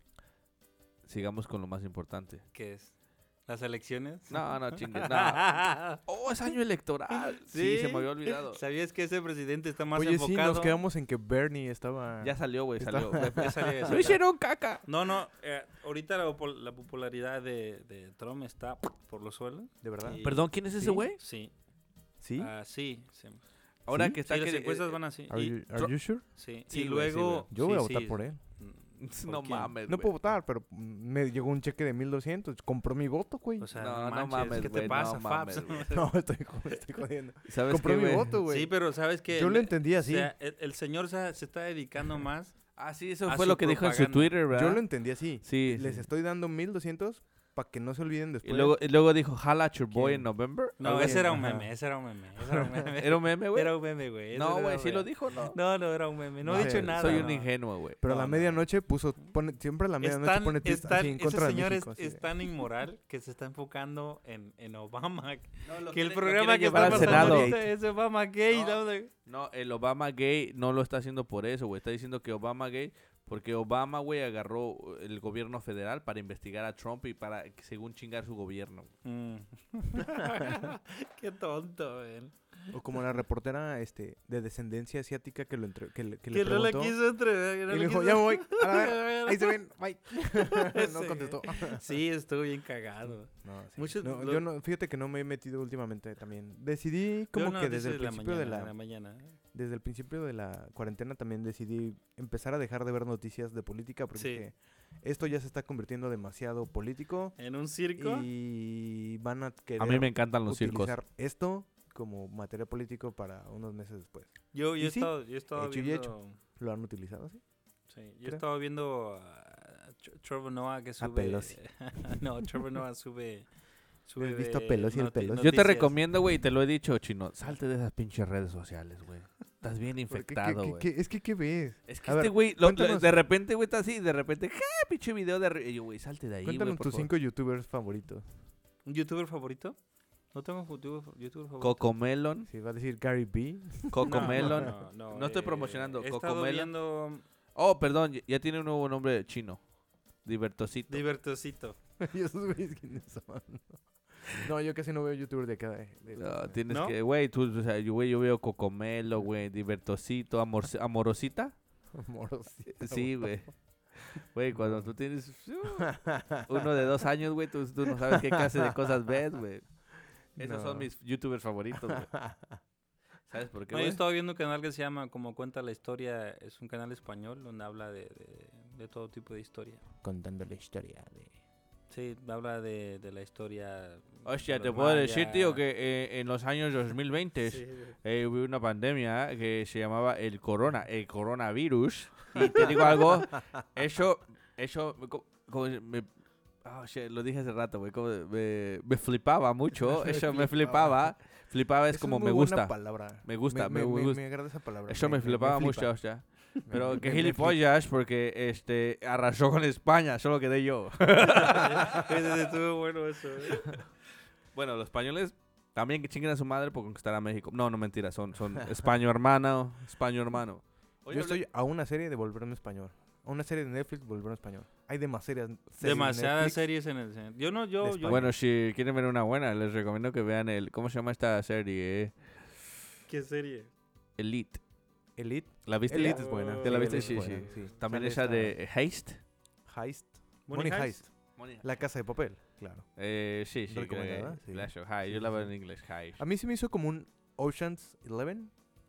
sigamos con lo más importante. ¿Qué es? ¿Las elecciones? No, no, chingues, no. Oh, es año electoral. Sí, se me había olvidado. ¿Sabías que ese presidente está más Oye, sí, enfocado? nos quedamos en que Bernie estaba... Ya salió, güey, Está- salió. Ya salió, ya ¡Lo salió. hicieron caca! No, no, eh, ahorita la, popul- la popularidad de, de Trump está por los suelos. ¿De verdad? Y- Perdón, ¿quién es ese ¿Sí? güey? Sí. ¿Sí? Ah, sí, sí. Ahora ¿Sí? que está... Sí, las que- encuestas eh, van así. Are, Y- you, are you sure? sí. Sí, y güey, sí, luego... Yo voy a sí, votar sí. por él. Mm, No ¿por quién? mames, No güey. puedo votar, pero me llegó un cheque de mil doscientos. Compró mi voto, güey. O sea, No, no, no manches, mames, ¿qué güey, te no pasa, mames, Fabs? güey. No, estoy, jo- estoy jodiendo. ¿Sabes Compró qué, mi güey? voto, güey. Sí, pero ¿sabes qué? Yo lo Le- entendí así. O sea, el, el señor se, se está dedicando más. Ah, sí, eso a fue su lo que dijo en su propaganda. Twitter, ¿verdad? Yo lo entendí así. Sí, Les sí. estoy dando mil doscientos para que no se olviden después. Y luego, y luego dijo, Holla at your boy ¿Quién? in November. No, Algo ese así. era un Ajá. meme, ese era un meme, ese era un meme. ¿Era un meme, güey? Era un meme, güey. ese No, era güey, sí real. lo dijo, ¿no? No, no, era un meme. No No he sé, dicho nada. Soy no. un ingenuo, güey. Pero a la No, no. medianoche puso, pone, siempre a la medianoche Están, pone tweets están, así en ese contra de señor es, México. así de- es tan inmoral que se está enfocando en, en Obama. No, lo que el quiere- lo programa quiere que llevar está al pasando Senado. ahorita es Obama gay. No. ¿no? De- No, el Obama gay no lo está haciendo por eso, güey. Está diciendo que Obama gay, porque Obama, güey, agarró el gobierno federal para investigar a Trump y para, según chingar su gobierno. Mm. Qué tonto, güey. O como la reportera este, de descendencia asiática que, lo entre- que, le- que le Que no la preguntó. quiso entregar. que no Y la le dijo, quiso- ya me voy. A la ver, ahí se ven, bye. no Sí. contestó. Sí, estuvo bien cagado. No, sí. Muchos No, lo- yo no, fíjate que no me he metido últimamente también. Decidí como Yo no, que desde el la principio de mañana, la, la mañana. desde el principio de la cuarentena también decidí empezar a dejar de ver noticias de política porque esto ya se está convirtiendo demasiado político En un circo. y van a querer A mí me encantan los circos. utilizar esto como material político para unos meses después. Yo, yo, y he sí, estado, yo he estado hecho y viendo. hecho. ¿Lo han utilizado así? Sí, yo he creo. estado viendo a Tr- Trevor Noah que sube. Pelosi. no, Trevor Noah sube. sube ¿Has visto a de Pelosi el noti- Pelosi? Yo te noticias. recomiendo, güey, y te lo he dicho, Chino, salte de esas pinches redes sociales, güey. Estás bien ¿Por qué? ¿Qué- infectado, qué- güey. qué- es que, ¿qué ves? Es que A este ver, güey, lo- lo- cuéntanos. de repente, güey, está así, de repente, ¡ja! Pinche video de... arri-". Y yo, güey, salte de ahí, güey, Cuéntanos por tus favor. cinco youtubers favoritos. ¿Un youtuber favorito? No tengo youtuber, youtuber favorito. Cocomelon, Si va a decir Gary B. Cocomelon. No, no, No estoy eh, promocionando, He estado Cocomelon. viendo Oh, perdón, ya- ya tiene un nuevo nombre chino. Divertosito. Divertosito. ¿Y esos güeyes quiénes son? No, yo casi no veo youtubers de cada... de- No, tienes ¿No? que, güey, tú, o sea, yo, güey, yo veo Cocomelo, güey, Divertosito, amor, Amorosita. Morosita, Sí, güey. Güey, cuando tú tienes uh, uno de dos años, güey, tú, tú no sabes qué clase de cosas ves, güey. Esos No. son mis youtubers favoritos, güey. ¿Sabes por qué, No, yo güey? estaba viendo un canal que se llama Como Cuenta la Historia. Es un canal español donde habla de, de, de todo tipo de historia. Contando la historia de... Sí, habla de, de la historia. Hostia, de te los puedo decir, mayas. tío, que eh, en los años dos mil veinte Sí. eh, hubo una pandemia que se llamaba el corona, el coronavirus. Y te digo algo, eso, eso, co- como me, oh, shit, lo dije hace rato, güey, como me, me flipaba mucho, Me eso me flipaba. flipaba. Flipaba es Esa como muy me buena gusta. palabra. Me gusta, me, me, gusta. me agrada esa palabra. Eso me, flipaba flipa. mucho, hostia. Me- Pero me- que me gilipollas, porque este arrasó con España, solo quedé yo. Estuvo bueno eso. ¿eh? Bueno, los españoles también que chinguen a su madre por conquistar a México. No, no mentira, son, son español hermano, español hermano. Yo estoy a una serie de volverme español. A una serie de Netflix volverme español. Hay demasiadas series de Demasiadas Netflix. series en el cine. Yo no, yo, de yo. España. Bueno, si quieren ver una buena, les recomiendo que vean el... ¿Cómo se llama esta serie? eh? ¿Qué serie? Elite. Elite. ¿La viste? Elite es buena. ¿Te la Sí, viste? Elite Sí, es sí. buena, sí. También Sale esa esta de Heist. Heist. Money Money Heist. Heist. La casa de papel, claro. Eh, sí, sí. creo que- Recomendada, sí. la show, Hi, Sí, yo sí, la veo sí. en inglés, Heist. A mí se me hizo como un Ocean's Eleven.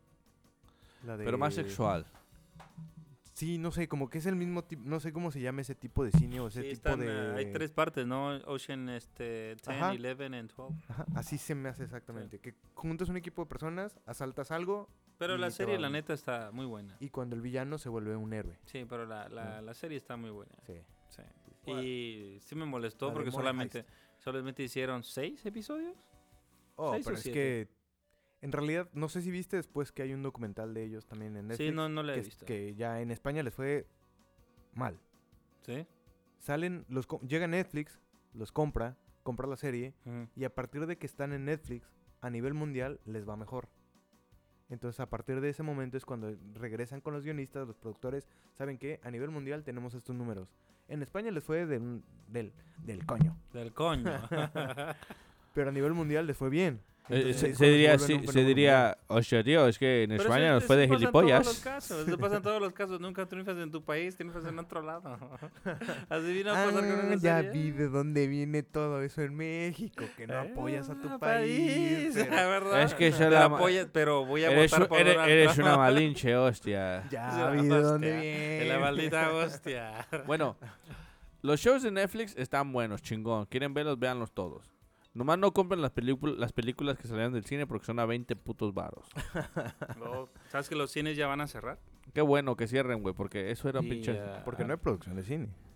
La de... Pero más sexual. Sí, no sé, como que es el mismo tipo, no sé cómo se llama ese tipo de cine o ese Sí, tipo están, de... eh, hay tres partes, ¿no? Ocean este, diez, Ajá. once and twelve. Ajá, así se me hace exactamente. Que juntas un equipo de personas, asaltas algo Pero y la te serie, va la bien. neta, está muy buena. y cuando el villano se vuelve un héroe. Sí, pero la, la, la serie está muy buena. Sí. Sí. Y sí me molestó La de porque Money solamente, Heist. solamente hicieron seis episodios. Oh, Seis o pero es siete. que en realidad no sé si viste después que hay un documental de ellos también en Netflix. Sí, no, no la he que, es- visto. que ya en España les fue mal. ¿Sí? Salen, los co- llega Netflix, los compra, compra la serie Ujú. y a partir de que están en Netflix a nivel mundial les va mejor. Entonces a partir de ese momento es cuando regresan con los guionistas, los productores, ¿saben qué? A nivel mundial tenemos estos números. En España les fue de un- del, del coño, Del coño. pero a nivel mundial les fue bien. Eh, Entonces, se, es se cuando diría, vuelven sí, un se fenómeno diría, hostia, tío, es que en Pero España eso- nos eso fue de pasa en todos los gilipollas. casos, eso pasa en todos los casos. Nunca triunfas en tu país, triunfas en otro lado. Adivina Ah, pasar con una ya serie. vi de dónde viene todo eso en México, que no apoyas a tu Ah, país. pero- la verdad. Es que Te se la ma- apoyas, pero voy a Eres, votar un- por eres, Donald eres Trump. una malinche, hostia. Ya Es vi una de dónde hostia. viene. De la maldita hostia. Bueno, los shows de Netflix están buenos, chingón. Quieren verlos, véanlos todos. Nomás no compren las, películas las películas que salieron del cine porque son a veinte putos varos. No, ¿sabes que los cines ya van a cerrar? Qué bueno que cierren, güey, porque eso era un Y, pinche... ah, Porque no hay producción de cine.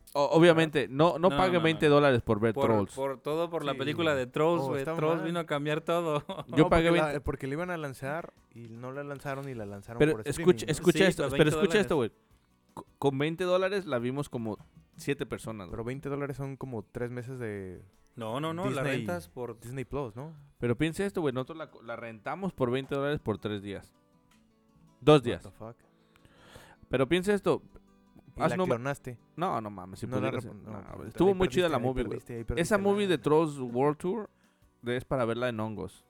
O- obviamente, no, no, No, pague no, no. veinte dólares por ver Por, Trolls. por todo, por la Sí. película de Trolls, Oh, güey. está Trolls mal. vino a cambiar todo. Yo No, pagué porque, la- veinte. porque le iban a lanzar y no la lanzaron y la lanzaron Pero por escucha, streaming, ¿no? escucha Sí, esto, pero pero veinte escucha esto, dólares. güey. Co- Con veinte dólares la vimos como siete personas, güey. Pero veinte dólares son como tres meses de No, no, no, la Disney- rentas por... Disney Plus, ¿no? Pero piensa esto, güey. Nosotros la, la rentamos por veinte dólares por tres días. Dos días. What the fuck? Pero piensa esto. Y haz la número- clonaste. No, no mames. Si No la pudiera rep- ser. no, No, pues, güey, ahí estuvo muy chida perdiste, la ahí movie, güey. perdiste, ahí perdiste Esa movie lana. de Trolls World Tour de- es para verla en hongos.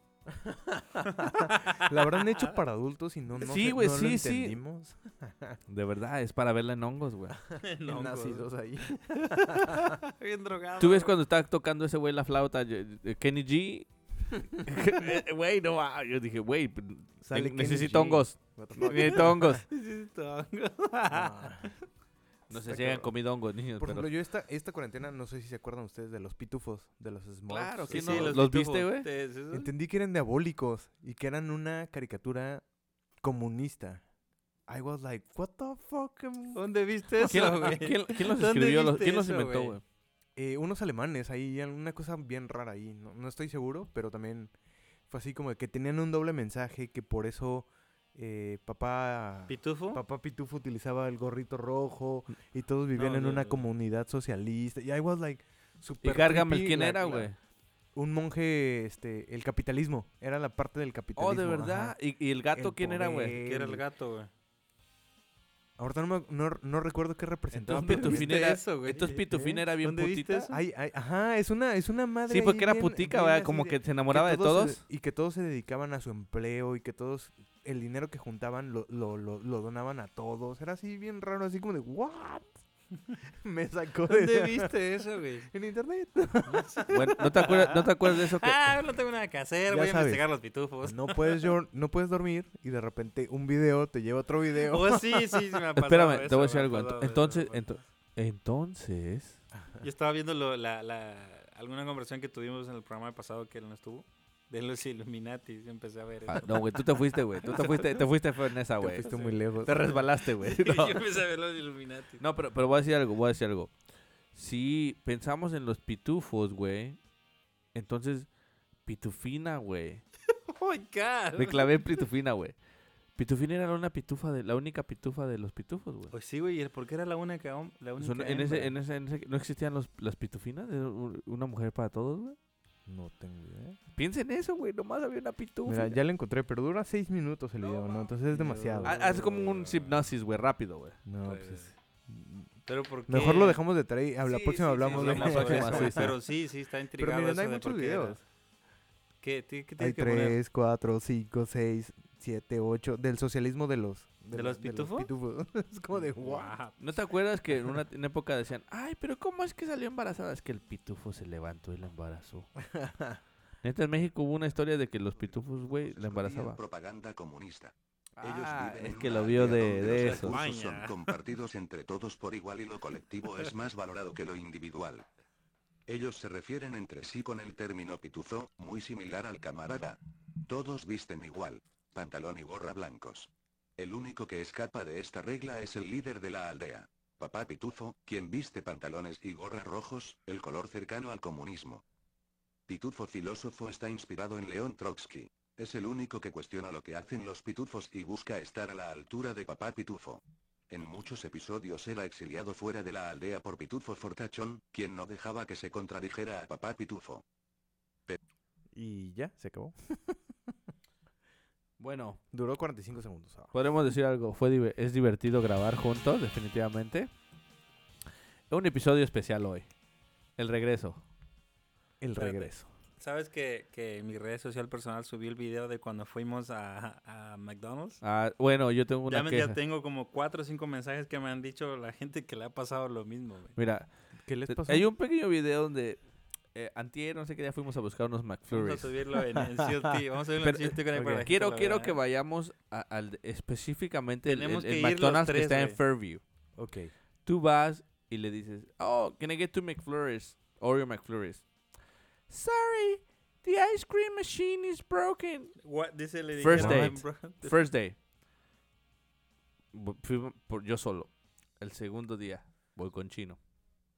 La habrán hecho para adultos y no, no Sí, sé- güey, no lo sí, sí. entendimos. De verdad, es para verla en hongos, güey. No, Nacidos ahí. bien drogado. Tú ves cuando está tocando ese güey la flauta, yo- eh, Kenny G. Güey, no, ah, yo dije, güey, Sale ne- Kenny necesito G. hongos. What the fuck? Necesito hongos. Ah. No sé Está si hayan cabrón. comido hongos, niños, Por pero... ejemplo, yo esta, esta cuarentena, no sé si se acuerdan ustedes de los pitufos, de los Smurfs. Claro, Sí, ¿quién sí, no? los ¿Los pitufos. viste, güey? ¿Te- es eso? Entendí que eran diabólicos y que eran una caricatura comunista. I was like, what the fuck? am- ¿Dónde viste ¿Quién, eso, lo- güey? quién- quién los ¿Dónde escribió? Los- viste ¿Quién los eso, inventó, güey? güey? Eh, unos alemanes, ahí una cosa bien rara ahí. No, no estoy seguro, pero también fue así como de que tenían un doble mensaje que por eso eh, papá... ¿Pitufo? Papá Pitufo utilizaba el gorrito rojo y todos vivían No, en no, una no. comunidad socialista. Y I was like, ¿Y super Gargamel creepy, quién la- era, la- güey? Un monje, este, el capitalismo. Era la parte del capitalismo. Oh, ¿de verdad? ajá. ¿Y, y el gato El quién era, güey? poder. ¿Qué era el gato, güey? Ahorita no, me- no, no recuerdo qué representaba. Entonces pero- Pitufín viste era, eso, güey? entonces Pitufín ¿Eh? era bien ¿Dónde viste putita. eso? Ay, ay, ajá, es una, es una madre. Sí, porque ahí era bien- putica, bien ¿verdad? así Como de- que se enamoraba de se todos. de- y que todos se dedicaban a su empleo y que todos, el dinero que juntaban lo, lo, lo, lo donaban a todos. Era así bien raro, así como de, ¿what? Me sacó de... ¿Dónde viste eso, güey? En internet. Bueno, ¿no te acuerdas, ¿no te acuerdas de eso? Que... Ah, no tengo nada que hacer, Ya voy a sabes. investigar los pitufos. No puedes, llor- no puedes dormir y de repente un video te lleva a otro video. Oh, sí, sí, sí me ha pasado Espérame, te eso, voy a me decir ha algo. pasado Ento- eso, Entonces, me ha ento- entonces... Yo estaba viendo lo- la, la, alguna conversación que tuvimos en el programa pasado que él no estuvo. De los Illuminati, y empecé a ver eso. Ah, no, güey, tú te fuiste, güey. Tú te fuiste, te fuiste fue en esa, Te güey. fuiste muy lejos. Te resbalaste, güey. Yo No. empecé a ver los Illuminati. No, pero, pero voy a decir algo, voy a decir algo. Si pensamos en los pitufos, güey, entonces, Pitufina, güey. Oh my God. Me clavé en Pitufina, güey. Pitufina era una pitufa de, la única pitufa de los pitufos, güey. Pues sí, güey, ¿por qué era la única, hom- la única Son- en, hembra? ese, en, ese, en ese, ¿no existían los, las pitufinas? de u- Una mujer para todos, güey. No tengo idea. Piensa en eso, güey. Nomás había una pitufa. Mira, ya lo encontré, pero dura seis minutos el video, ¿no? Entonces es demasiado. Ha- Haz como un hipnosis, güey, rápido, güey. No, Pues, pues es- Pero ¿por qué? Mejor lo dejamos de tarea y a la Sí, próxima sí, sí, hablamos de hablamos la próxima, Eso, sí, sí. Pero sí, sí, está intrigado. Pero mira, no eso hay de muchos por qué era. videos. ¿Qué, ti- qué Hay tienes que poner? tres, cuatro, cinco, seis, siete, ocho. Del socialismo de los... ¿De los pitufos? pitufos. Es como de, wow. Guau. ¿No te acuerdas que en una, en época decían, ay, pero ¿cómo es que salió embarazada? Es que el pitufo se levantó y la embarazó. Neta, en México hubo una historia de que los pitufos, güey, la embarazaba. Propaganda comunista. Ah, viven es en que una lo vio aldea de, donde de los esos. recursos son Maña. compartidos entre todos por igual y lo colectivo es más valorado que lo individual. Ellos se refieren entre sí con el término pituzo, muy similar al camarada. Todos visten igual, pantalón y gorra blancos. El único que escapa de esta regla es el líder de la aldea, Papá Pitufo, quien viste pantalones y gorra rojos, el color cercano al comunismo. Pitufo filósofo está inspirado en León Trotsky. Es el único que cuestiona lo que hacen los pitufos y busca estar a la altura de Papá Pitufo. En muchos episodios era exiliado fuera de la aldea por Pitufo Fortachón, quien no dejaba que se contradijera a Papá Pitufo. Y ya, se acabó. Bueno, Duró cuarenta y cinco segundos. ah. podremos decir algo. Fue diver- es divertido grabar juntos, definitivamente. Un episodio especial hoy. El regreso. El Espérate. regreso. ¿Sabes que, que en mi red social personal subí el video de cuando fuimos a, a McDonald's? Ah, bueno, yo tengo una Ya, me- queja. ya tengo como cuatro o cinco mensajes que me han dicho la gente que le ha pasado lo mismo, güey. Mira, ¿Qué les pasó? hay un pequeño video donde eh, antier, no sé qué día fuimos a buscar unos Vamos a McFlurries. subirlo en, en C L T. Vamos a subirlo Pero, en C L T con el- ok. para la gente Quiero, lo quiero vea, que ¿eh? vayamos a- al específicamente el, Tenemos el- que el ir los McDonald's que tres, está en güey. Fairview. Ok. Tú vas y le dices, oh, can I get two McFlurries? Oreo McFlurries. Sorry, the ice cream machine is broken. What? Dice, le First dijeron, date. bro, First day. Bu- Fui por- yo solo. El segundo día voy con Chino.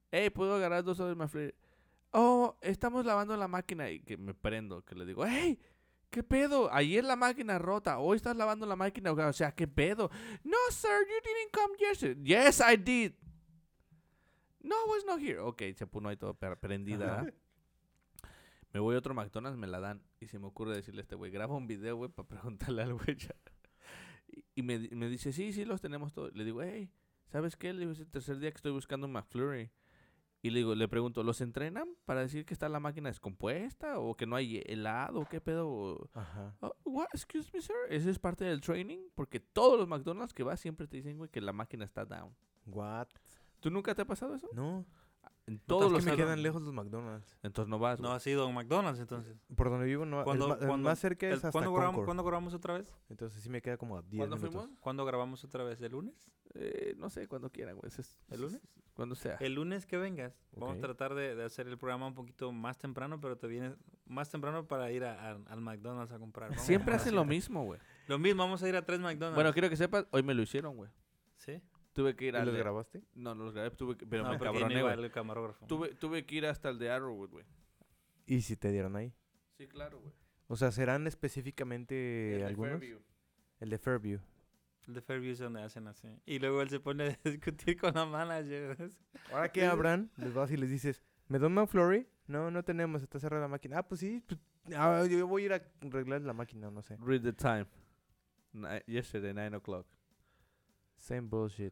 hey, ¿puedo agarrar dos sodas McFlurry? Oh, estamos lavando la máquina. Y que me prendo, que le digo, hey, ¿qué pedo? Ayer la máquina rota. Hoy estás lavando la máquina. O sea, ¿qué pedo? No, sir, you didn't come yesterday. Yes, I did. No, I was not here. Ok, se puso ahí todo per- prendida. ¿verdad? Me voy a otro McDonald's, me la dan. Y se me ocurre decirle a este güey, graba un video, güey, para preguntarle al güey ya. Y, y me, di- me dice, sí, sí, los tenemos todos. Le digo, hey, ¿sabes qué? Le digo, es el tercer día que estoy buscando un McFlurry. Y le digo, le pregunto, ¿los entrenan para decir que está la máquina descompuesta? ¿O que no hay helado? ¿Qué pedo? O, Ajá. "Oh, what? Excuse me, sir. ¿Ese es parte del training? Porque todos los McDonald's que vas siempre te dicen, güey, que la máquina está down. What? ¿Tú nunca te ha pasado eso? No. En Todos todos los los que me salon- quedan lejos los McDonald's. Entonces no vas, No güey. has ido a un McDonald's entonces. Por donde vivo no. ¿Cuándo- el, ma- el cuándo- más cerca el- es hasta ¿cuándo, grabamos, Concord. ¿Cuándo grabamos otra vez? Entonces sí me queda como a diez ¿Cuándo minutos. fuimos? ¿Cuándo grabamos otra vez? ¿El lunes? Eh, no sé, cuando quieran, güey. Ese es- ¿El lunes? Cuando sea. El lunes que vengas. Vamos Ok. a tratar de, de hacer el programa un poquito más temprano, pero te vienes más temprano para ir a- a- al McDonald's a comprar. Vamos Siempre a- hacen lo mismo, güey. Lo mismo, vamos a ir a tres McDonald's. Bueno, quiero que sepas, hoy me lo hicieron, güey. ¿Sí? Tuve que ir ¿Y al los de- grabaste? No, no los grabé, tuve que... pero No, me porque cabroné, no iba güey. el camarógrafo. Tuve, tuve que ir hasta el de Arrowwood, güey. ¿Y si te dieron ahí? Sí, claro, güey. O sea, ¿serán específicamente algunos? El de Fairview. El de Fairview es donde hacen así. Y luego él se pone a discutir con la manager. Ahora que abran, les vas y les dices, ¿me dan McFlurry? No, no tenemos, está cerrada la máquina. Ah, pues sí, pues, ah, yo voy a ir a arreglar la máquina, no sé. Read the time. Ni- yesterday, nine o'clock. Same bullshit.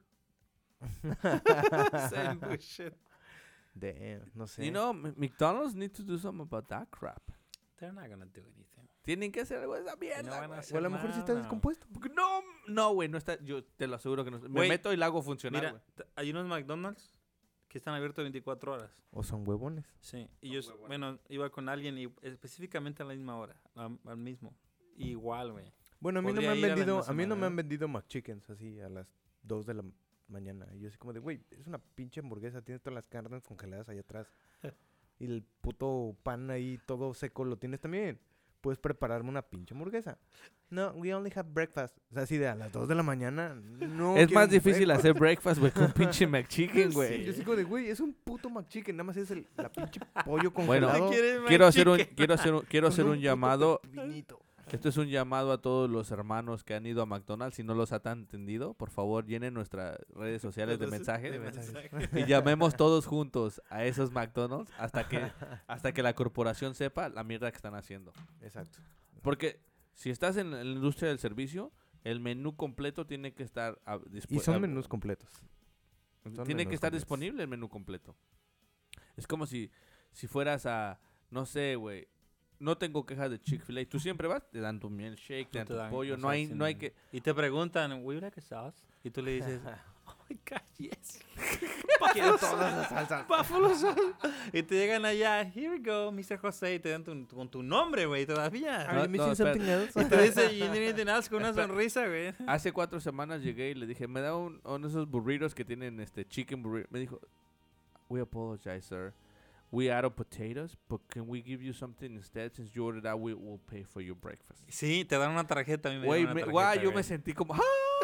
Same bullshit. Damn, no sé. You know, M- McDonald's need to do something about that crap. They're not gonna do anything. Tienen que hacer algo de esa No mierda, van a güey. hacer O a lo mejor sí está nada. descompuesto. Porque No, no, güey, no está... Yo te lo aseguro que no está... Me Güey, meto y la hago funcionar, Mira, güey. t- hay unos McDonald's que están abiertos veinticuatro horas. O son huevones. Sí. Y yo, s- bueno, iba con alguien y específicamente a la misma hora, a- al mismo. Igual, güey. Bueno, a mí no me Podría han ir a la vendido, misma a mí no me semana, han ¿eh? vendido McChickens así a las dos de la mañana. Y yo así como de, güey, es una pinche hamburguesa, tiene todas las carnes congeladas allá atrás. Y el puto pan ahí todo seco lo tienes también. Puedes prepararme una pinche hamburguesa. No, we only have breakfast. O sea, así de a las dos de la mañana. No Es quiero más un difícil breakfast. hacer breakfast, güey, con pinche McChicken, Sí, güey. yo así como de, güey, es un puto McChicken. Nada más es el, la pinche pollo Bueno, congelado. quiero hacer un, quiero hacer un, quiero con hacer un puto llamado. pepinito. Esto es un llamado a todos los hermanos que han ido a McDonald's. Si no los han entendido, por favor, llenen nuestras redes sociales de mensajes. de mensajes. Y llamemos todos juntos a esos McDonald's hasta que, hasta que la corporación sepa la mierda que están haciendo. Exacto. Porque si estás en la industria del servicio, el menú completo tiene que estar a- dispu- Y son a- menús completos. Tiene Son que menús estar completos. disponible el menú completo. Es como si, si fueras a, no sé, güey, no tengo quejas de Chick-fil-A. Tú siempre vas, te dan tu milkshake, te No dan te tu dan, pollo. o No sea, hay, sin- no hay que... Y te preguntan, ¿would you like a sauce? Y tú le dices, oh my God, yes. Quiero todas las salsas. Buffalo sauce. Y te llegan allá, here we go, mister José, y te dan tu, con tu nombre, güey, todavía. Are No, you missing no, something else? Y te dice, you need anything else, con una Espera. sonrisa, güey. Hace cuatro semanas llegué y le dije, me da un, uno de esos burritos que tienen este chicken burrito. Me dijo, we apologize, sir. We out of potatoes, but can we give you something instead? Since you ordered that, we will pay for your breakfast. Sí, te dan una tarjeta. A mí me Güey, dieron me- una guau, tarjeta, yo güey. me sentí como... ¡Ah!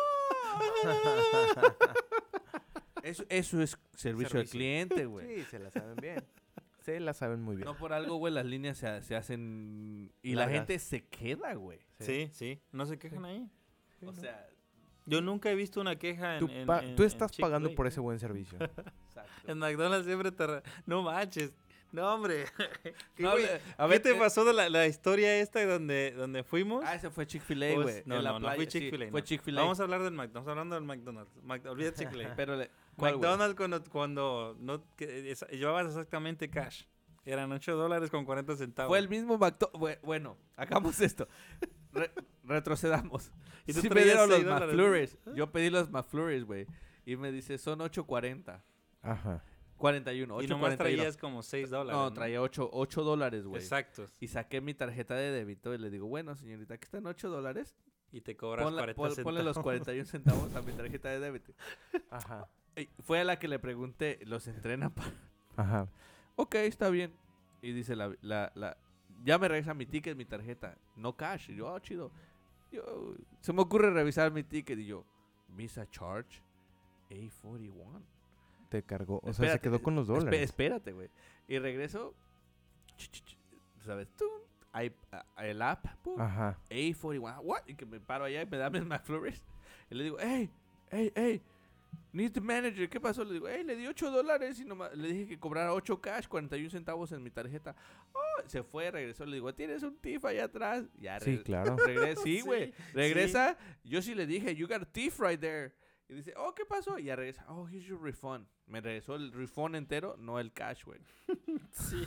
Eso, eso es servicio, al Servicio. cliente, güey. Sí, se la saben bien. Se la saben muy bien. No por algo, güey, las líneas se, se hacen... Y la Largas. gente se queda, güey. Sí, sí, no se quejan ahí. O sea... Yo nunca he visto una queja en, Tú, en- pa- en- tú en estás pagando Chick-fil-A. por ese buen servicio. Exacto. En McDonald's siempre te... re- No manches. No, hombre. ¿Qué, No, güey? le- a ¿Qué ver, te eh, pasó de la, la historia esta donde, donde fuimos? Ah, ese fue Chick-fil-A, Pues, güey. no, en la no, no playa, fue sí, Chick-fil-A. fue no. Chick-fil-A. Vamos a hablar del McDonald's. Estamos hablando del McDonald's. Mac- olvida Chick-fil-A. Pero le... ¿cuál, güey? McDonald's cuando, cuando no, que, esa- llevabas exactamente cash. Eran ocho dólares con cuarenta centavos. Fue el mismo McDonald's. Bueno, hagamos esto. Re- retrocedamos. Y tú Sí me traías dieron los seis dólares, ¿no? McFlurries. Yo pedí los McFlurries, güey. Y me dice, son ocho cuarenta. Ajá. cuarenta y uno, Y ocho nomás cuarenta y uno. traías como seis dólares. No, traía ocho dólares, güey. Exactos. Y saqué mi tarjeta de débito y le digo, bueno, señorita, aquí están ocho dólares. Y te cobras Ponle, cuarenta pon- centavos. ponle los cuarenta y uno centavos a mi tarjeta de débito. Ajá. Y fue a la que le pregunté, ¿los entrenan para...? Ajá. Ok, está bien. Y dice la, la, la... Ya me regresa mi ticket, mi tarjeta. No cash. Y yo, oh, chido. Yo, se me ocurre revisar mi ticket y yo, Visa Charge A cuarenta y uno. Te cargó. O sea, se Espérate, quedó con los esp- dólares. espérate, güey. Y regreso. ch, ch, ch, ¿Sabes? Tum, hay, a- el app. Pum, Ajá. A cuarenta y uno. What? Y que me paro allá y me dan mis McFlurries. Y le digo, hey, hey, hey. Need the manager. ¿Qué pasó? Le digo, hey, le di ocho dólares y nomás le dije que cobrara ocho cash, cuarenta y uno centavos en mi tarjeta. Oh, se fue, regresó. Le digo, ¿tienes un T I F allá atrás? Ya, Sí, re- claro. Regresa, sí, Sí, güey. Regresa. Yo sí le dije, you got a T I F right there. Y dice, oh, ¿qué pasó? Y ya regresa, oh, here's your refund. Me regresó el refund entero, no el cash, güey. Sí.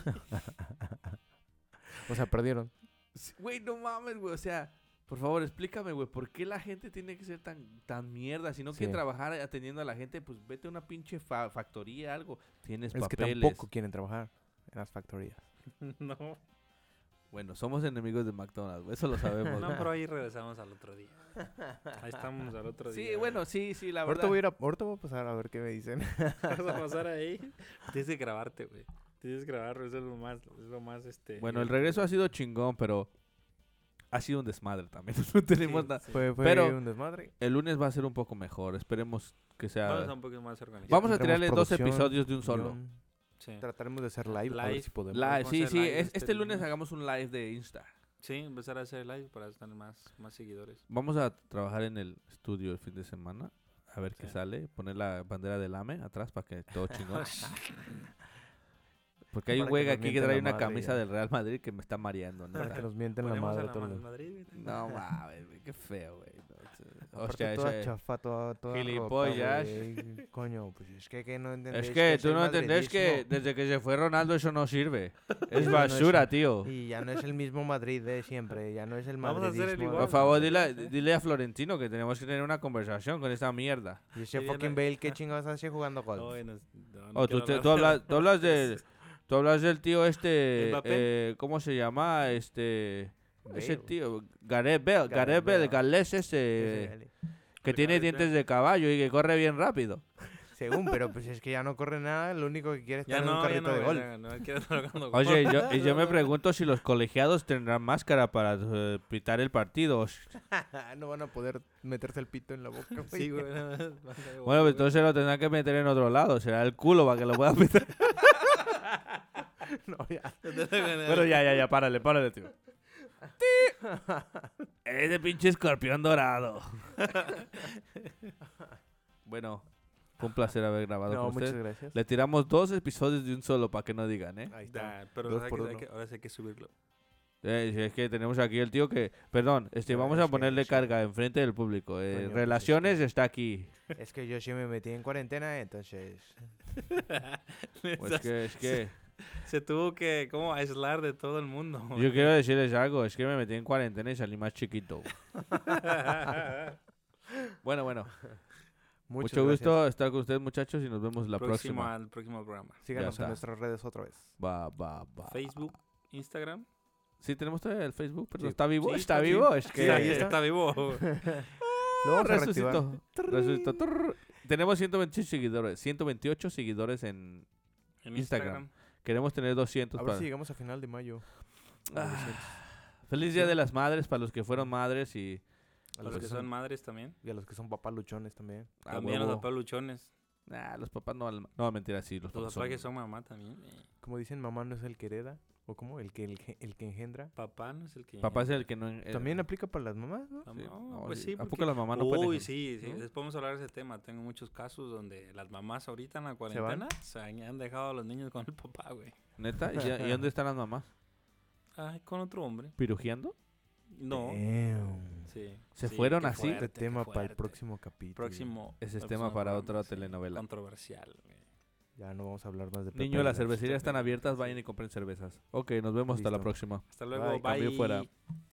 O sea, perdieron. Sí, güey, no mames, güey. O sea, por favor, explícame, güey, ¿por qué la gente tiene que ser tan, tan mierda? Si no Sí. quiere trabajar atendiendo a la gente, pues vete a una pinche fa- factoría, algo. Tienes Es que papeles. tampoco quieren trabajar en las factorías. No. Bueno, somos enemigos de McDonald's, güey, eso lo sabemos. No, güey. pero ahí regresamos al otro día. Ahí estamos al otro día. Sí, bueno, sí, sí, la Ahorita verdad. voy, a ir a, ahorita voy a pasar a ver qué me dicen. Vas a pasar ahí. Tienes que grabarte, güey. Tienes que grabarlo, eso es lo más, es lo más, este... Bueno, el regreso ha sido chingón, pero ha sido un desmadre también. No tenemos Sí, nada. sí. Fue, fue Pero- un desmadre. El lunes va a ser un poco mejor. Esperemos que sea. Vamos a un poco más organizado. Vamos a Tendremos tirarle dos producción, episodios de un solo. guión. Sí. Trataremos de hacer live, a ver Live. si podemos. Live, Vamos a sí, hacer sí. live es- este este lunes lunes. hagamos un live de Insta. Sí, empezar a hacer live para tener más, más seguidores. Vamos a trabajar en el estudio el fin de semana. A ver qué Sí. sale. Poner la bandera del A M E atrás para que todo chingón. Porque hay un Para que güey nos aquí que mienten trae la una madre, camisa ya. del Real Madrid que me está mareando. Para neta. que nos mienten la Ponemos a madre la todos Ma- los- Madrid, güey. No mames, güey. Qué feo, güey. No, sí. Aparte, Hostia, toda ese- chafa, toda, toda Gilipollas. rota, güey. Coño, pues es que, que no entendés Es que es tú el no entendés que madridismo. desde que se fue Ronaldo eso no sirve. Es Ya no es- basura, tío. Y ya no es el mismo Madrid de siempre, ya no es el Vamos a hacer el madridismo. igual. Por no favor, sé, dile, a- no sé. dile a Florentino que tenemos que tener una conversación con esta mierda. Y ese Sí, ya fucking no- Bale, ¿qué chingados hace jugando golf? No, no, no, no Oh, tú, quiero te- hablar tú de- hablas, tú hablas del, tú hablas del tío este, ¿Mbappé? eh, ¿cómo se llama? Este, ese Bale. tío, Gareth Bale, Gareth Gareth Bale, Bale. el galés Ese, ese, vale. que El tiene Gareth dientes Bale. de caballo y que corre bien rápido. Según, pero pues es que ya no corre nada, lo único que quiere es Ya estar en un no, ya carrito no, de güey, golf. ya no, quiero estar jugando golf. Oye, yo, y yo me pregunto si los colegiados tendrán máscara para eh, pitar el partido. No van a poder meterse el pito en la boca, güey. Sí, güey. Bueno, pues entonces lo tendrán que meter en otro lado, será el culo para que lo puedan pitar. No, ya. Bueno, ya, ya, ya, párale, párale, tío. Ese pinche escorpión dorado. Bueno, fue un placer haber grabado No, con muchas usted. gracias. Le tiramos dos episodios de un solo para que no digan, ¿eh? Ahí está. Da, pero Dos hay por que- hay uno. que- ahora sí hay que subirlo. Eh, si es que tenemos aquí el tío que... Perdón, este, Ya, vamos es a que- ponerle es que- carga enfrente del público. Eh, Coño, pues, relaciones es que- está aquí. Es que yo sí me metí en cuarentena, entonces... Pues que, es que... Se tuvo que como aislar de todo el mundo. Yo quiero decirles algo, es que me metí en cuarentena y salí más chiquito. Bueno, bueno. Muchas Mucho gracias. gusto estar con ustedes, muchachos, y nos vemos la próximo próxima. al próximo programa. Síganos está. en nuestras redes otra vez. Va, va, va. Facebook, Instagram. Sí, tenemos todavía el Facebook, pero Sí. ¿está vivo? Sí, ¿Está está- vivo? sí. Es Sí, que... ahí está vivo. Lo vamos a reactivar. Resucitó. Resucitó. Trrr. Tenemos ciento veintiocho seguidores, ciento veintiocho seguidores en... En Instagram. Instagram. Queremos tener doscientos A ver para... si llegamos a final de mayo. Ah, Feliz Día de las Madres para los que fueron madres y... A Los que son madres también. Y a los que son papás luchones también. a También huevo. los papás luchones. Nah, los papás no... No, mentira, sí. Los, Los papás papás que son... son mamá también. eh. Como dicen, mamá no es el que hereda. ¿O cómo? El que, el, que- el que engendra. Papá no es el que... Papá es el que no... eh, También aplica para las mamás, ¿no? Mamá, sí, no, pues sí. sí, ¿A poco porque- las mamás no pueden Uy, ejem- sí, sí. ¿no? Después vamos a hablar de ese tema. Tengo muchos casos donde las mamás ahorita en la cuarentena se han, han dejado a los niños con el papá, güey. ¿Neta? ¿Y, ya- y dónde están las mamás? Ay, con otro hombre. ¿Pirujeando? No. Damn. Sí. Se sí, fueron qué así. fuerte, Este qué tema para el fuerte. próximo capítulo. Próximo. Ese es próximo tema para programa, otra sí, telenovela. Controversial, güey. Ya no vamos a hablar más de Pepe Niño, de las la- cervecerías están abiertas, vayan y compren cervezas. Ok, nos vemos hasta la Listo. próxima. Hasta luego. Bye. Bye. Cambio fuera.